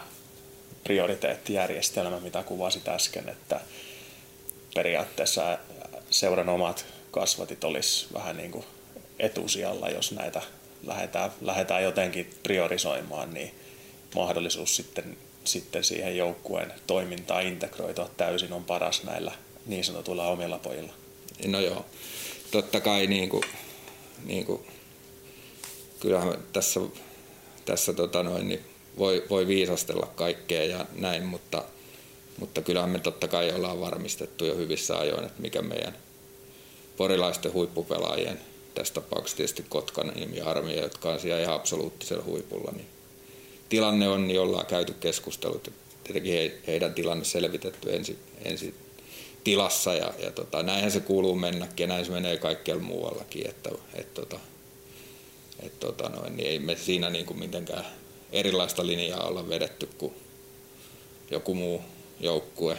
prioriteettijärjestelmä, mitä kuvasit äsken, että periaatteessa seuran omat kasvatit olisi vähän niin kuin etusijalla, jos näitä lähdetään, lähdetään jotenkin priorisoimaan, niin mahdollisuus sitten, sitten siihen joukkueen toimintaan integroitua täysin on paras näillä niin sanotuilla omilla pojilla. No joo, totta kai niin kuin, niin kuin, kyllähän tässä, tässä tota noin, niin voi, voi viisastella kaikkea ja näin, mutta, mutta kyllähän me totta kai ollaan varmistettu jo hyvissä ajoin, että mikä meidän porilaisten huippupelaajien, tässä tapauksessa tietysti Kotkan ja Armia, jotka on siellä ihan absoluuttisella huipulla, niin tilanne on, niin ollaan käyty keskustelut, tietenkin he, heidän tilanne selvitetty ensi, ensi tilassa ja, ja tota, näinhän se kuuluu mennäkin ja näin se menee kaikkialla muuallakin, että et, tota, et, tota, noin, niin ei me siinä niin kuin mitenkään erilaista linjaa olla vedetty kuin joku muu joukkue.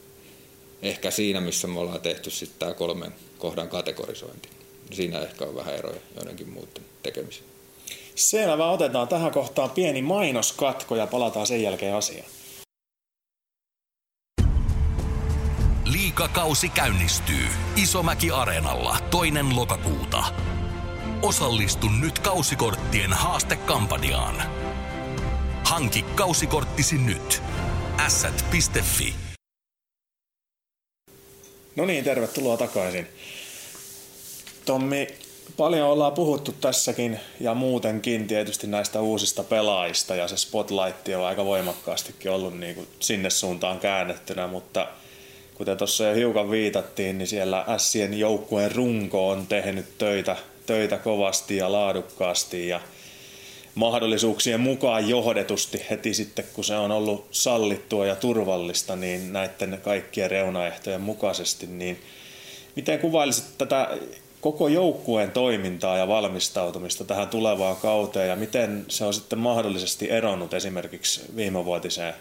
Ehkä siinä, missä me ollaan tehty sitten tämä kolmen kohdan kategorisointi. Siinä ehkä on vähän eroja joidenkin muuten tekemisiin. Selvä, otetaan tähän kohtaan pieni mainoskatko ja palataan sen jälkeen asiaan. Liigakausi käynnistyy Isomäki-areenalla toinen lokakuuta. Osallistu nyt kausikorttien haastekampanjaan. Hanki kausikorttisi nyt. ässät piste fi. No niin, tervetuloa takaisin. Tommi, paljon ollaan puhuttu tässäkin ja muutenkin tietysti näistä uusista pelaajista ja se spotlight on aika voimakkaastikin ollut niin kuin sinne suuntaan käännettynä, mutta kuten tuossa jo hiukan viitattiin, niin siellä Ässien joukkueen runko on tehnyt töitä, töitä kovasti ja laadukkaasti ja mahdollisuuksien mukaan johdetusti heti sitten, kun se on ollut sallittua ja turvallista, niin näiden kaikkien reunaehtojen mukaisesti, niin miten kuvailisit tätä koko joukkueen toimintaa ja valmistautumista tähän tulevaan kauteen ja miten se on sitten mahdollisesti eronnut esimerkiksi viimevuotiseen?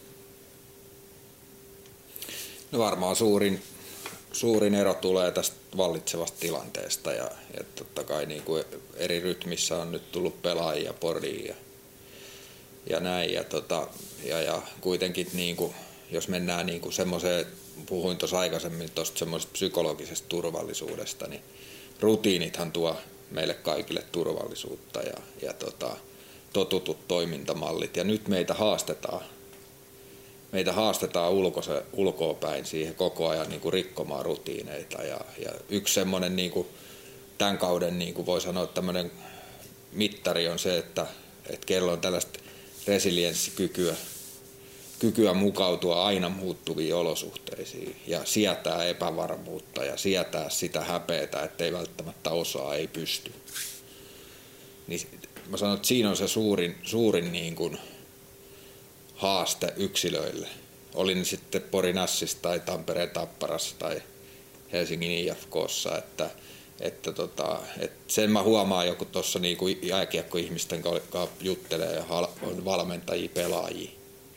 No varmaan suurin, suurin ero tulee tästä vallitsevasta tilanteesta ja, ja totta kai niin kuin eri rytmissä on nyt tullut pelaajia poriin ja, ja näin ja, tota, ja, ja kuitenkin niin kuin, jos mennään niin kuin semmoiseen, puhuin tuossa aikaisemmin tuosta semmoisesta psykologisesta turvallisuudesta, niin rutiinithan tuo meille kaikille turvallisuutta ja, ja tota, totutut toimintamallit ja nyt meitä haastetaan. Meitä haastetaan ulkoise, ulkoapäin siihen koko ajan niin kuin rikkomaan rutiineita. Ja, ja yksi semmoinen niin kuin tämän kauden niin kuin voi sanoa tämmöinen mittari on se, että, että kello on tällaista resilienssikykyä kykyä mukautua aina muuttuviin olosuhteisiin ja sietää epävarmuutta ja sietää sitä häpeätä, ettei välttämättä osaa, ei pysty. Niin mä sanon, että siinä on se suurin, suurin niin kuin haaste yksilöille. Oli ne sitten Porin Ässissä tai Tampereen Tapparassa tai Helsingin I F K:ssa, että, että, tota, että sen mä huomaan joku tuossa niin kuin jääkiekkoihmisten kanssa juttelee ja on valmentajia, pelaajia,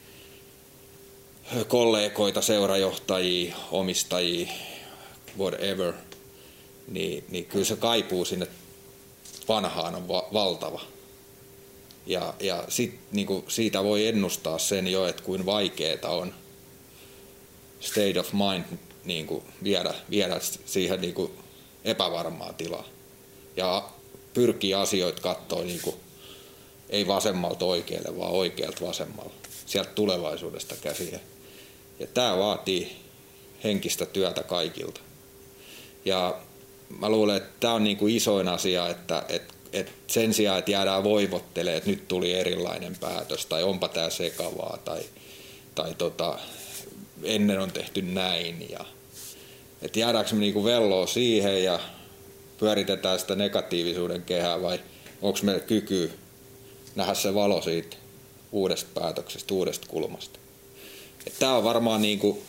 kollegoita, seurajohtajia, omistajia, whatever, niin, niin kyllä se kaipuu sinne vanhaan on va- valtava. Ja, ja sit, niin kuin siitä voi ennustaa sen jo, että kuin vaikeeta on state of mind niin kuin viedä, viedä siihen niin kuin epävarmaa tilaa. Ja pyrkii asioita katsoa niin kuin, ei vasemmalta oikealle, vaan oikealta vasemmalle. Sieltä tulevaisuudesta käsiä. Ja tämä vaatii henkistä työtä kaikilta. Ja mä luulen, että tämä on niin kuin isoin asia, että, että, että sen sijaan, että jäädään voivottelemaan, että nyt tuli erilainen päätös, tai onpa tämä sekavaa, tai, tai tota, ennen on tehty näin. Ja, että jäädäänkö me niin kuin velloa siihen ja pyöritetään sitä negatiivisuuden kehää, vai onko meillä kyky nähdä se valo siitä uudesta päätöksestä, uudesta kulmasta. Tämä on varmaan niin kuin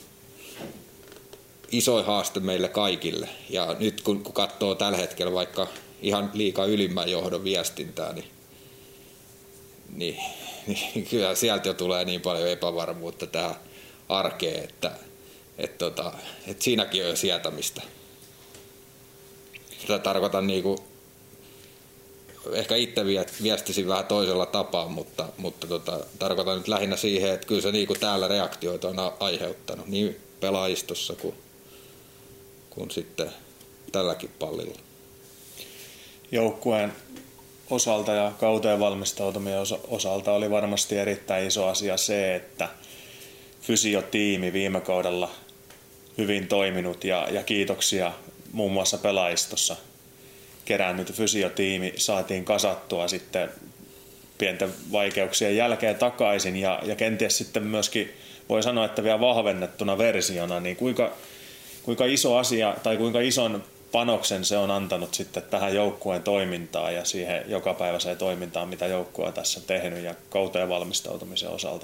isoin haaste meille kaikille. Ja nyt kun, kun katsoo tällä hetkellä vaikka ihan liikaa ylimmän johdon viestintää, niin, niin, niin kyllä sieltä jo tulee niin paljon epävarmuutta tähän arkeen, että, että, tota, että siinäkin on jo sietämistä. Sitä tarkoitan niin kuin, ehkä itse viestisin vähän toisella tapaa, mutta, mutta tota, tarkoitan nyt lähinnä siihen, että kyllä se niin kuin täällä reaktioita on aiheuttanut niin pelaajistossa kuin, kuin sitten tälläkin pallilla. Joukkueen osalta ja kauteen valmistautumien osalta oli varmasti erittäin iso asia se, että fysiotiimi viime kaudella hyvin toiminut ja, ja kiitoksia muun muassa pelaajistossa kerännyt fysiotiimi saatiin kasattua sitten pienten vaikeuksien jälkeen takaisin ja, ja kenties sitten myöskin voi sanoa, että vielä vahvennettuna versiona, niin kuinka, kuinka iso asia tai kuinka ison panoksen se on antanut sitten tähän joukkueen toimintaan ja siihen jokapäiväiseen toimintaan, mitä joukkue on tässä tehnyt ja kauteen valmistautumisen osalta?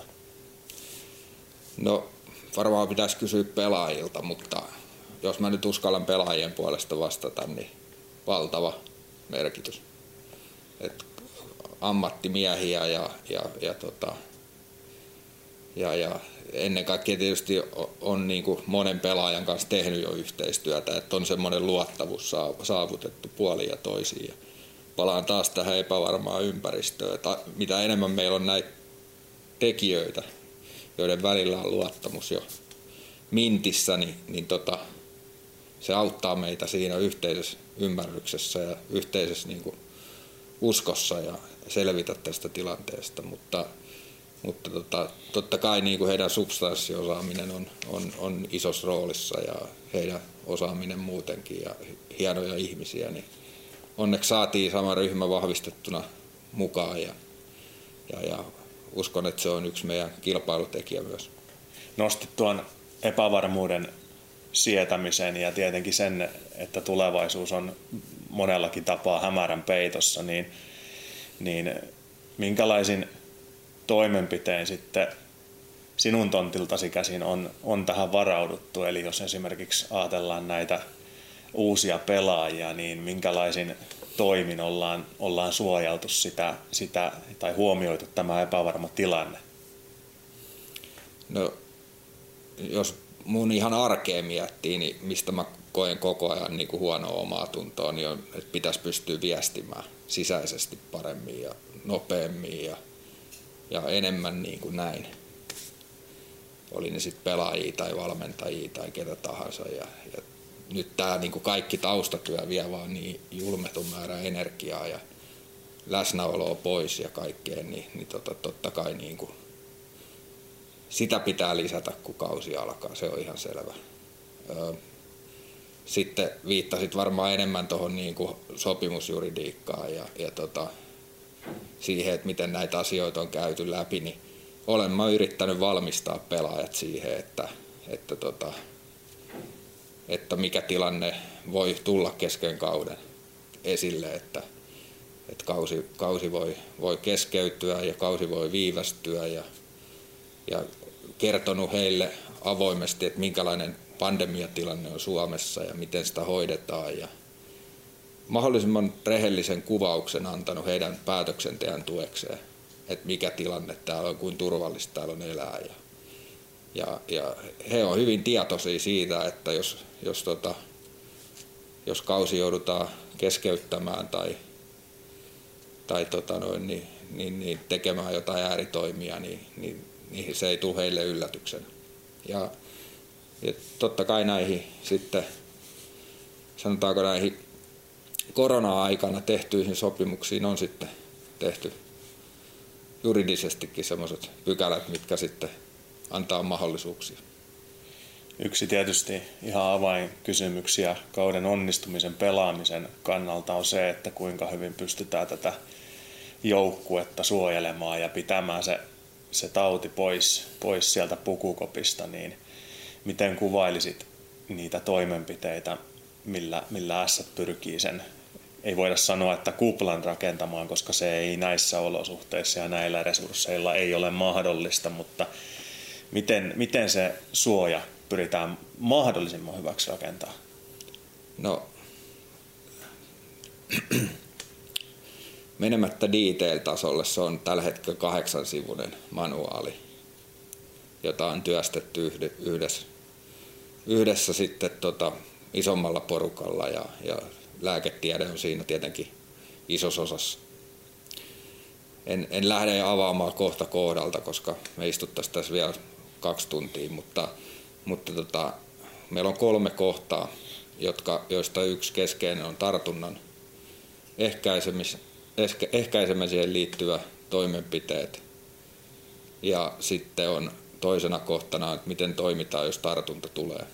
No varmaan pitäisi kysyä pelaajilta, mutta jos mä nyt uskallan pelaajien puolesta vastata, niin valtava merkitys. Et ammattimiehiä ja, ja, ja, tota, ja, ja ennen kaikkea tietysti on, on niin kuin monen pelaajan kanssa tehnyt jo yhteistyötä, että on semmoinen luottamus saavutettu puolin ja toisiin. Ja palaan taas tähän epävarmaan ympäristöön, että mitä enemmän meillä on näitä tekijöitä, joiden välillä on luottamus jo mintissä, niin, niin tota, se auttaa meitä siinä yhteisessä ymmärryksessä ja yhteisessä niin kuin uskossa ja selvitä tästä tilanteesta, mutta, mutta tota, totta kai niin kuin heidän substanssiosaaminen on, on, on isossa roolissa ja heidän osaaminen muutenkin ja hienoja ihmisiä, niin onneksi saatiin sama ryhmä vahvistettuna mukaan ja, ja, ja uskon, että se on yksi meidän kilpailutekijä myös. Nostit tuon epävarmuuden sietämisen ja tietenkin sen, että tulevaisuus on monellakin tapaa hämärän peitossa, niin, niin minkälaisin toimenpitein sitten sinun tontiltasi käsin on, on tähän varauduttu? Eli jos esimerkiksi ajatellaan näitä uusia pelaajia, niin minkälaisin toimin ollaan, ollaan suojeltu sitä, sitä tai huomioitu tämä epävarma tilanne? No, jos mun ihan arkea miettii, niin mistä mä koen koko ajan niin kuin huonoa omaa tuntoa, niin on, että pitäisi pystyä viestimään sisäisesti paremmin ja nopeammin ja, ja enemmän niin kuin näin. Oli ne sitten pelaajia tai valmentajia tai ketä tahansa. Ja, ja nyt tämä niin kuin kaikki taustatyö vie vaan niin julmetun määrän energiaa ja läsnäoloa pois ja kaikkea, niin, niin tota, totta kai niin kuin sitä pitää lisätä, kun kausi alkaa, se on ihan selvä. Sitten viittasit varmaan enemmän tuohon niin kuin sopimusjuridiikkaan ja, ja tota, siihen, että miten näitä asioita on käyty läpi, niin olen mä yrittänyt valmistaa pelaajat siihen, että, että, tota, että mikä tilanne voi tulla kesken kauden esille, että, että kausi, kausi voi, voi keskeytyä ja kausi voi viivästyä ja ja kertonut heille avoimesti, että minkälainen pandemiatilanne on Suomessa ja miten sitä hoidetaan ja mahdollisimman rehellisen kuvauksen antanut heidän päätöksenteon tuekseen, että mikä tilanne täällä on, kuin turvallista täällä on elää. Ja, ja, ja he on hyvin tietoisia siitä, että jos, jos, tota, jos kausi joudutaan keskeyttämään tai, tai tota noin, niin, niin, niin tekemään jotain ääritoimia, niin, niin niin se ei tule heille yllätyksenä. Ja, ja totta kai näihin sitten, sanotaanko näihin korona-aikana tehtyihin sopimuksiin on sitten tehty juridisestikin sellaiset pykälät, mitkä sitten antaa mahdollisuuksia. Yksi tietysti ihan avainkysymyksiä kauden onnistumisen pelaamisen kannalta on se, että kuinka hyvin pystytään tätä joukkuetta suojelemaan ja pitämään se, se tauti pois, pois sieltä pukukopista, niin miten kuvailisit niitä toimenpiteitä, millä, millä ässät pyrkii sen, ei voida sanoa, että kuplan rakentamaan, koska se ei näissä olosuhteissa ja näillä resursseilla ei ole mahdollista, mutta miten, miten se suoja pyritään mahdollisimman hyväksi rakentaa? No, menemättä detail-tasolle se on tällä hetkellä kahdeksan sivuinen manuaali, jota on työstetty yhdessä, yhdessä sitten tota, isommalla porukalla ja, ja lääketiede on siinä tietenkin isossa osassa. En, en lähde avaamaan kohta kohdalta, koska me istuttaisiin tässä vielä kaksi tuntia, mutta, mutta tota, meillä on kolme kohtaa, jotka, joista yksi keskeinen on tartunnan ehkäisemis, ehkä, ehkäisemiseen liittyvä toimenpiteet. Ja sitten on toisena kohtana, että miten toimitaan, jos tartunta tulee.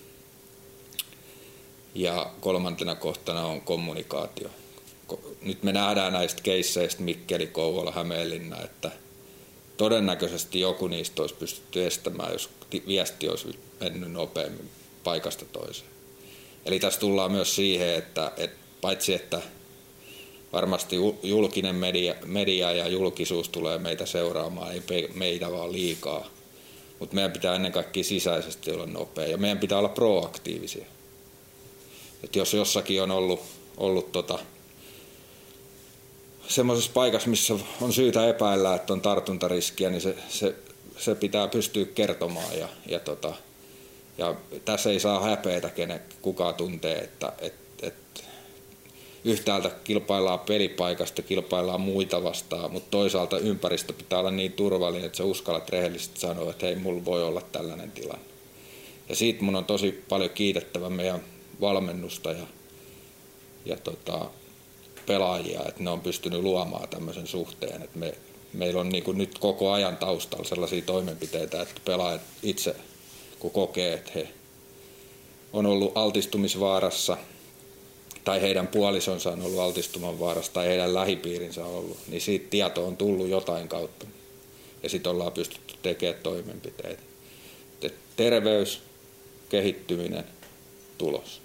Ja kolmantena kohtana on kommunikaatio. Nyt me nähdään näistä keisseistä Mikkeli, Kouvola, Hämeenlinna, että todennäköisesti joku niistä olisi pystytty estämään, jos viesti olisi mennyt nopeammin paikasta toiseen. Eli tässä tullaan myös siihen, että, että paitsi että varmasti julkinen media, media ja julkisuus tulee meitä seuraamaan, ei meitä vaan liikaa, mutta meidän pitää ennen kaikkea sisäisesti olla nopea ja meidän pitää olla proaktiivisia. Et jos jossakin on ollut, ollut tota, semmoisessa paikassa, missä on syytä epäillä, että on tartuntariskiä, niin se, se, se pitää pystyä kertomaan. Ja, ja, tota, ja tässä ei saa häpeätä, kenen kukaan tuntee, että et, et yhtäältä kilpaillaan pelipaikasta, kilpaillaan muita vastaan, mutta toisaalta ympäristö pitää olla niin turvallinen, että sä uskallat rehellisesti sanoa, että hei, mulla voi olla tällainen tilanne. Ja siitä mun on tosi paljon kiitettävä meidän valmennusta ja, ja tota, pelaajia, että ne on pystynyt luomaan tämmöisen suhteen. Että me, meillä on niin kuin nyt koko ajan taustalla sellaisia toimenpiteitä, että pelaajat itse kun kokee, että he on ollut altistumisvaarassa tai heidän puolisonsa on ollut altistuman vaarassa tai heidän lähipiirinsä on ollut, niin siitä tieto on tullut jotain kautta. Ja sitten ollaan pystytty tekemään toimenpiteitä. Et terveys, kehittyminen, tulos.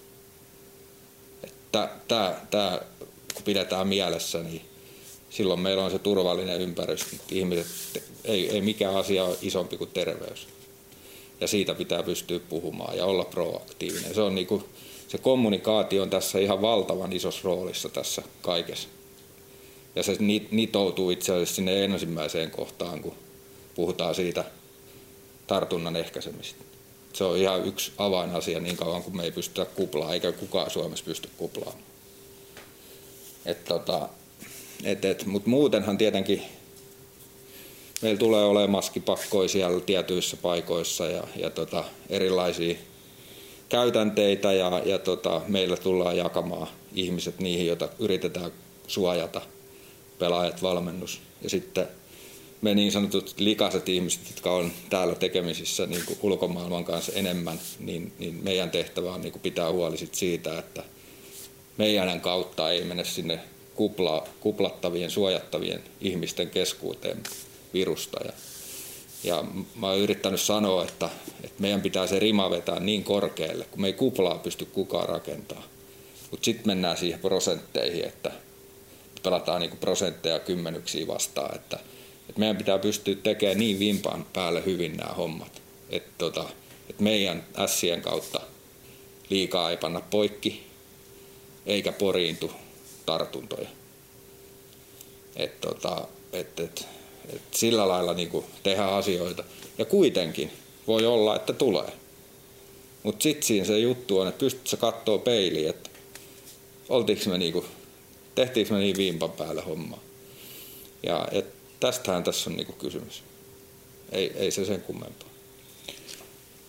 Tämä, kun pidetään mielessä, niin silloin meillä on se turvallinen ympäristö. Ihmiset, ei, ei mikään asia ole isompi kuin terveys. Ja siitä pitää pystyä puhumaan ja olla proaktiivinen. Se, on niin kuin, se kommunikaatio on tässä ihan valtavan isossa roolissa tässä kaikessa. Ja se nitoutuu itse asiassa sinne ensimmäiseen kohtaan, kun puhutaan siitä tartunnan ehkäisemistä. Se on ihan yksi avainasia niin kauan, kun me ei pystytä kuplaamaan, eikä kukaan Suomessa pysty kuplaamaan. Et tota, et, et, mutta muutenhan tietenkin meillä tulee olemaan maskipakkoja siellä tietyissä paikoissa ja, ja tota, erilaisia käytänteitä ja, ja tota, meillä tullaan jakamaan ihmiset niihin, joita yritetään suojata, pelaajat, valmennus ja sitten me niin sanotut likaiset ihmiset, jotka on täällä tekemisissä niin kuin ulkomaailman kanssa enemmän, niin, niin meidän tehtävä on niin kuin pitää huoli sit siitä, että meidän kautta ei mene sinne kupla, kuplattavien, suojattavien ihmisten keskuuteen virusta. Ja, ja mä oon yrittänyt sanoa, että, että meidän pitää se rima vetää niin korkealle, kun me ei kuplaa pysty kukaan rakentamaan. Mutta sitten mennään siihen prosentteihin, että pelataan niin kuin prosentteja kymmenyksiä vastaan, että Et meidän pitää pystyä tekemään niin vimpan päälle hyvin nämä hommat, että tota, et meidän ässien kautta liikaa ei panna poikki eikä poriintu tartuntoja. Et tota, et, et, et sillä lailla niinku tehdään asioita. Ja kuitenkin voi olla, että tulee. Mutta sitten siinä se juttu on, että pystytkö sä kattoo peiliin, että oltiinko me niinku, tehtiinkö me niin vimpan päälle hommaa. Ja et, tästähän tässä on niinku kysymys. Ei, ei se sen kummempaa.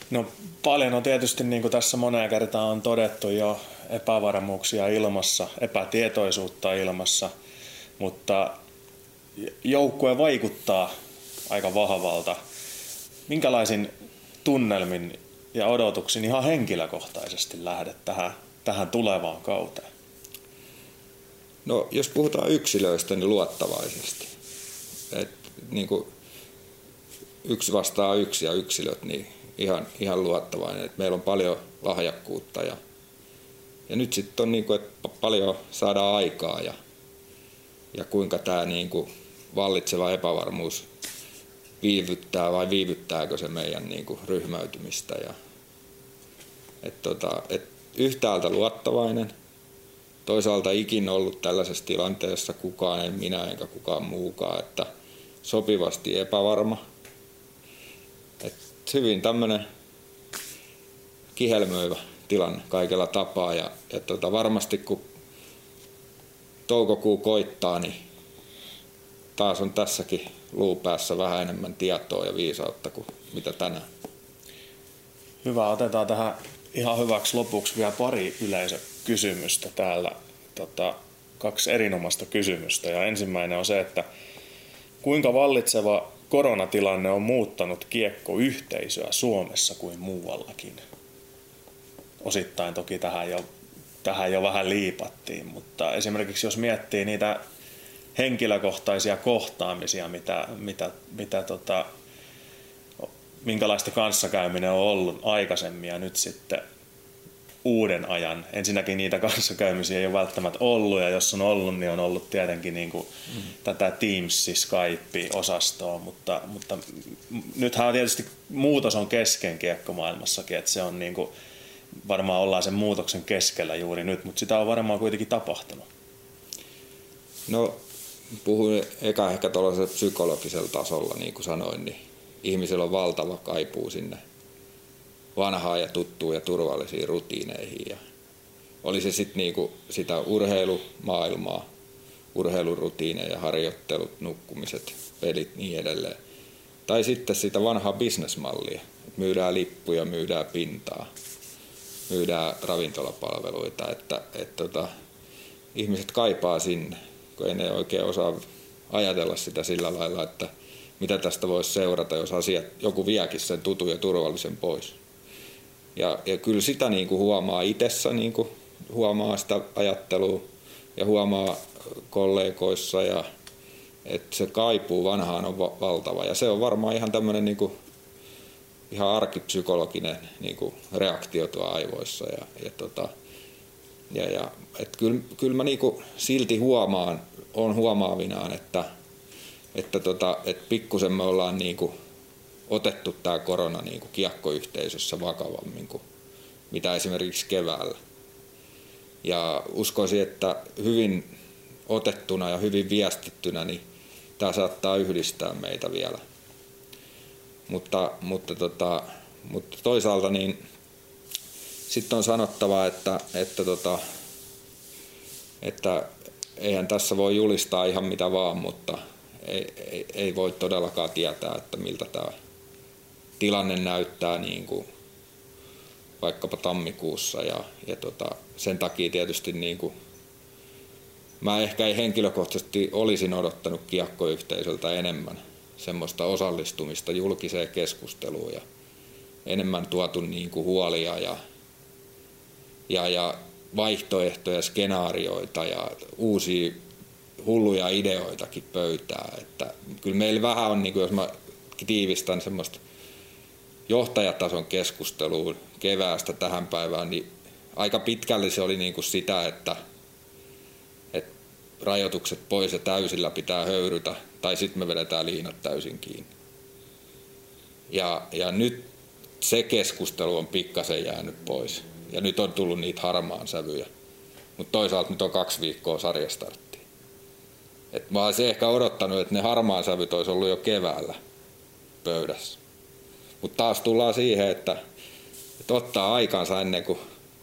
No paljon on tietysti, niin kuin tässä moneen kertaan on todettu jo, epävarmuuksia ilmassa, epätietoisuutta ilmassa, mutta joukkue vaikuttaa aika vahvalta. Minkälaisin tunnelmin ja odotuksin ihan henkilökohtaisesti lähdet tähän, tähän tulevaan kauteen? No jos puhutaan yksilöistä, niin luottavaisesti. Et, niin kuin yksi vastaa yksi ja yksilöt, niin ihan, ihan luottavainen. Et meillä on paljon lahjakkuutta ja, ja nyt sitten on niin kuin, että paljon saadaan aikaa ja, ja kuinka tämä niin kuin vallitseva epävarmuus viivyttää vai viivyttääkö se meidän niin kuin ryhmäytymistä. Ja, et tota, et yhtäältä luottavainen, toisaalta ikin ollut tällaisessa tilanteessa kukaan, en minä enkä kukaan muukaan, että sopivasti epävarma. Et hyvin tämmöinen kihelmöivä tilanne kaikella tapaa ja, ja tota, varmasti kun toukokuu koittaa, niin taas on tässäkin luupäässä vähän enemmän tietoa ja viisautta kuin mitä tänään. Hyvä, otetaan tähän ihan hyväksi lopuksi vielä pari yleisökysymystä täällä. Tota, kaksi erinomaista kysymystä. Ja ensimmäinen on se, että kuinka vallitseva koronatilanne on muuttanut kiekkoyhteisöä Suomessa kuin muuallakin? Osittain toki tähän jo, tähän jo vähän liipattiin, mutta esimerkiksi jos miettii niitä henkilökohtaisia kohtaamisia, mitä, mitä, mitä tota, minkälaista kanssakäyminen on ollut aikaisemmin ja nyt sitten uuden ajan. Ensinnäkin niitä kanssakäymisiä ei ole välttämättä ollut, ja jos on ollut, niin on ollut tietenkin niin kuin mm. tätä Teams, Skype-osastoa, mutta, mutta nythän on tietysti muutos on kesken kiekkomaailmassakin, että se on niin kuin, varmaan ollaan sen muutoksen keskellä juuri nyt, mutta sitä on varmaan kuitenkin tapahtunut. No, puhuin eka ehkä tuollaisella psykologisella tasolla, niin kuin sanoin, niin ihmisellä on valtava kaipuu sinne vanhaan ja tuttuun ja turvallisiin rutiineihin. Ja oli se sitten niinku sitä urheilumaailmaa, urheilurutiineja, harjoittelut, nukkumiset, pelit, niin edelleen. Tai sitten sitä vanhaa bisnesmallia. Myydään lippuja, myydään pintaa, myydään ravintolapalveluita. Että, et tota, ihmiset kaipaa sinne, kun ei ne oikein osaa ajatella sitä sillä lailla, että mitä tästä voisi seurata, jos asiat, joku viekin sen tutun ja turvallisen pois. Ja, ja kyllä sitä niin kuin huomaa itsessä, niin kuin huomaa sitä ajattelua ja huomaa kollegoissa, ja, että se kaipuu vanhaan on va- valtava. Ja se on varmaan ihan tämmöinen niin kuin, ihan arkipsykologinen niin kuin reaktio tuo aivoissa. Ja, ja, tota, ja, ja, et kyllä, kyllä mä niin kuin silti huomaan, on huomaavinaan, että että tota, et pikkusen me ollaan niinku otettu tämä korona niinku kiekkoyhteisössä vakavammin kuin mitä esimerkiksi keväällä. Ja uskoisin, että hyvin otettuna ja hyvin viestittynä, niin tämä saattaa yhdistää meitä vielä. Mutta, mutta, tota, mutta toisaalta niin sitten on sanottava, että, että, tota, että eihän tässä voi julistaa ihan mitä vaan, mutta Ei, ei, ei voi todellakaan tietää, että miltä tämä tilanne näyttää niin kuin vaikkapa tammikuussa. Ja, ja tota, sen takia tietysti niin kuin, mä ehkä ei henkilökohtaisesti olisin odottanut kiekkoyhteisöltä enemmän semmoista osallistumista julkiseen keskusteluun ja enemmän tuotu niin kuin huolia ja, ja, ja vaihtoehtoja, skenaarioita ja uusia hulluja ideoitakin pöytää. Että kyllä meillä vähän on, niin kuin jos mä tiivistän semmoista johtajatason keskustelua keväästä tähän päivään, niin aika pitkälle se oli niin kuin sitä, että, että rajoitukset pois ja täysillä pitää höyrytä, tai sitten me vedetään liinat täysin kiinni. Ja, ja nyt se keskustelu on pikkasen jäänyt pois. Ja nyt on tullut niitä harmaan sävyjä. Mutta toisaalta nyt on kaksi viikkoa sarjastarttia. Et mä olisin ehkä odottanut, että ne harmaan sävyt olisi ollut jo keväällä pöydässä. Mutta taas tullaan siihen, että, että ottaa aikansa ennen kuin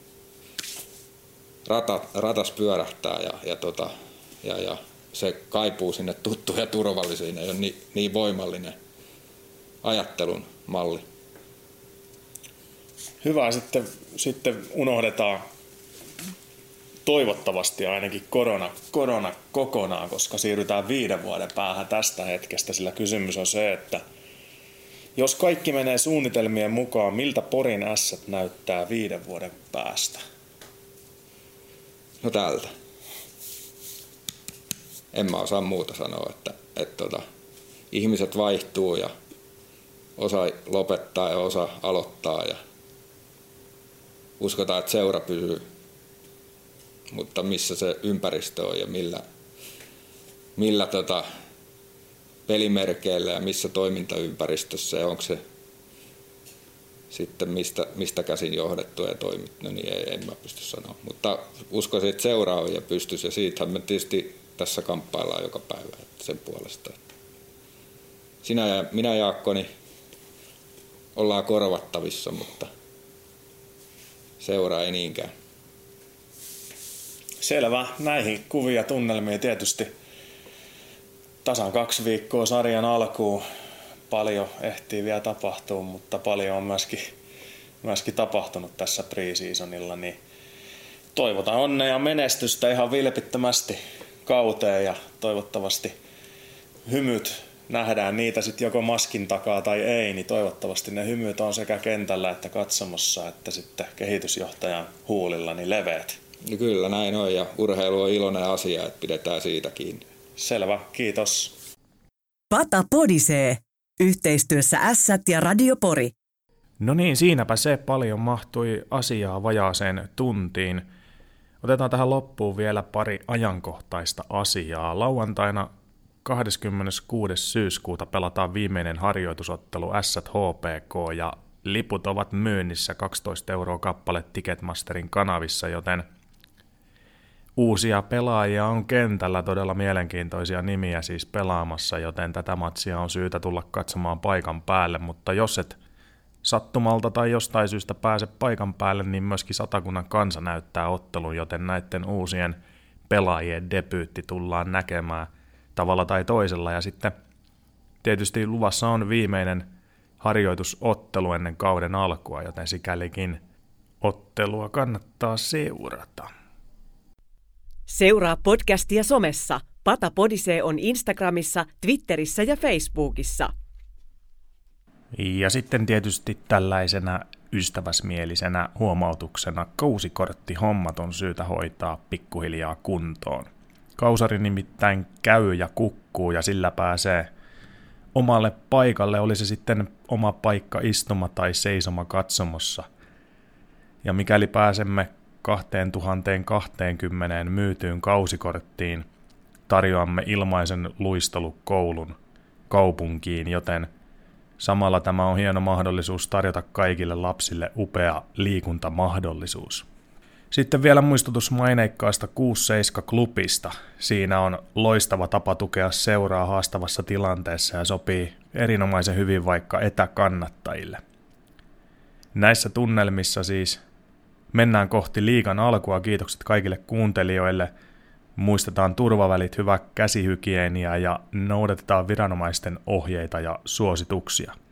rata, ratas pyörähtää ja, ja, tota, ja, ja se kaipuu sinne tuttuun ja turvallisiin. Ei ole niin, niin voimallinen ajattelun malli. Hyvä, sitten, sitten unohdetaan toivottavasti ainakin korona, korona kokonaan, koska siirrytään viiden vuoden päähän tästä hetkestä, sillä kysymys on se, että jos kaikki menee suunnitelmien mukaan, miltä Porin Ässät näyttää viiden vuoden päästä? No tältä. En mä osaa muuta sanoa, että, että tota, ihmiset vaihtuu ja osa lopettaa ja osa aloittaa ja uskotaan, että seura pysyy. Mutta missä se ympäristö on ja millä, millä tota pelimerkeillä ja missä toimintaympäristössä ja onko se sitten mistä, mistä käsin johdettu ja toimittu, no niin ei, en mä pysty sanoa. Mutta uskoisin, että seura on ja pystyisi ja siitähän me tietysti tässä kamppaillaan joka päivä sen puolesta. Sinä ja minä Jaakko, niin ollaan korvattavissa, mutta seura ei niinkään. Selvä. Näihin kuvia tunnelmiin tietysti tasan kaksi viikkoa sarjan alkuun. Paljon ehtii vielä tapahtua, mutta paljon on myöskin, myöskin tapahtunut tässä pre-seasonilla. Niin toivotan onnea ja menestystä ihan vilpittömästi kauteen ja toivottavasti hymyt nähdään niitä sitten joko maskin takaa tai ei, niin toivottavasti ne hymyt on sekä kentällä että katsomossa että sitten kehitysjohtajan huulilla niin leveät. No kyllä näin on ja urheilu on iloinen asia, että pidetään siitä kiinni. Selvä, kiitos. Pata podisee. Yhteistyössä Ässät ja Radio Pori. No niin, siinäpä se paljon mahtui asiaa vajaaseen tuntiin. Otetaan tähän loppuun vielä pari ajankohtaista asiaa. Lauantaina kahdeskymmeneskuudes syyskuuta pelataan viimeinen harjoitusottelu Ässät H P K ja liput ovat myynnissä kaksitoista euroa kappale Ticketmasterin kanavissa, joten uusia pelaajia on kentällä, todella mielenkiintoisia nimiä siis pelaamassa, joten tätä matsia on syytä tulla katsomaan paikan päälle, mutta jos et sattumalta tai jostain syystä pääse paikan päälle, niin myöskin Satakunnan kansa näyttää ottelun, joten näiden uusien pelaajien debyytti tullaan näkemään tavalla tai toisella, ja sitten tietysti luvassa on viimeinen harjoitusottelu ennen kauden alkua, joten sikälikin ottelua kannattaa seurata. Seuraa podcastia somessa. Pata Podisee on Instagramissa, Twitterissä ja Facebookissa. Ja sitten tietysti tällaisena ystäväsmielisenä huomautuksena kausikorttihommat on syytä hoitaa pikkuhiljaa kuntoon. Kausari nimittäin käy ja kukkuu ja sillä pääsee omalle paikalle, oli se sitten oma paikka istuma tai seisoma katsomossa. Ja mikäli pääsemme kaksituhattakaksikymmentä myytyyn kausikorttiin, tarjoamme ilmaisen luistelukoulun kaupunkiin, joten samalla tämä on hieno mahdollisuus tarjota kaikille lapsille upea liikuntamahdollisuus. Sitten vielä muistutus maineikkaasta kuusi seitsemän klubista. Siinä on loistava tapa tukea seuraa haastavassa tilanteessa ja sopii erinomaisen hyvin vaikka etäkannattajille. Näissä tunnelmissa siis mennään kohti liigan alkua. Kiitokset kaikille kuuntelijoille. Muistetaan turvavälit, hyvä käsihygienia ja noudatetaan viranomaisten ohjeita ja suosituksia.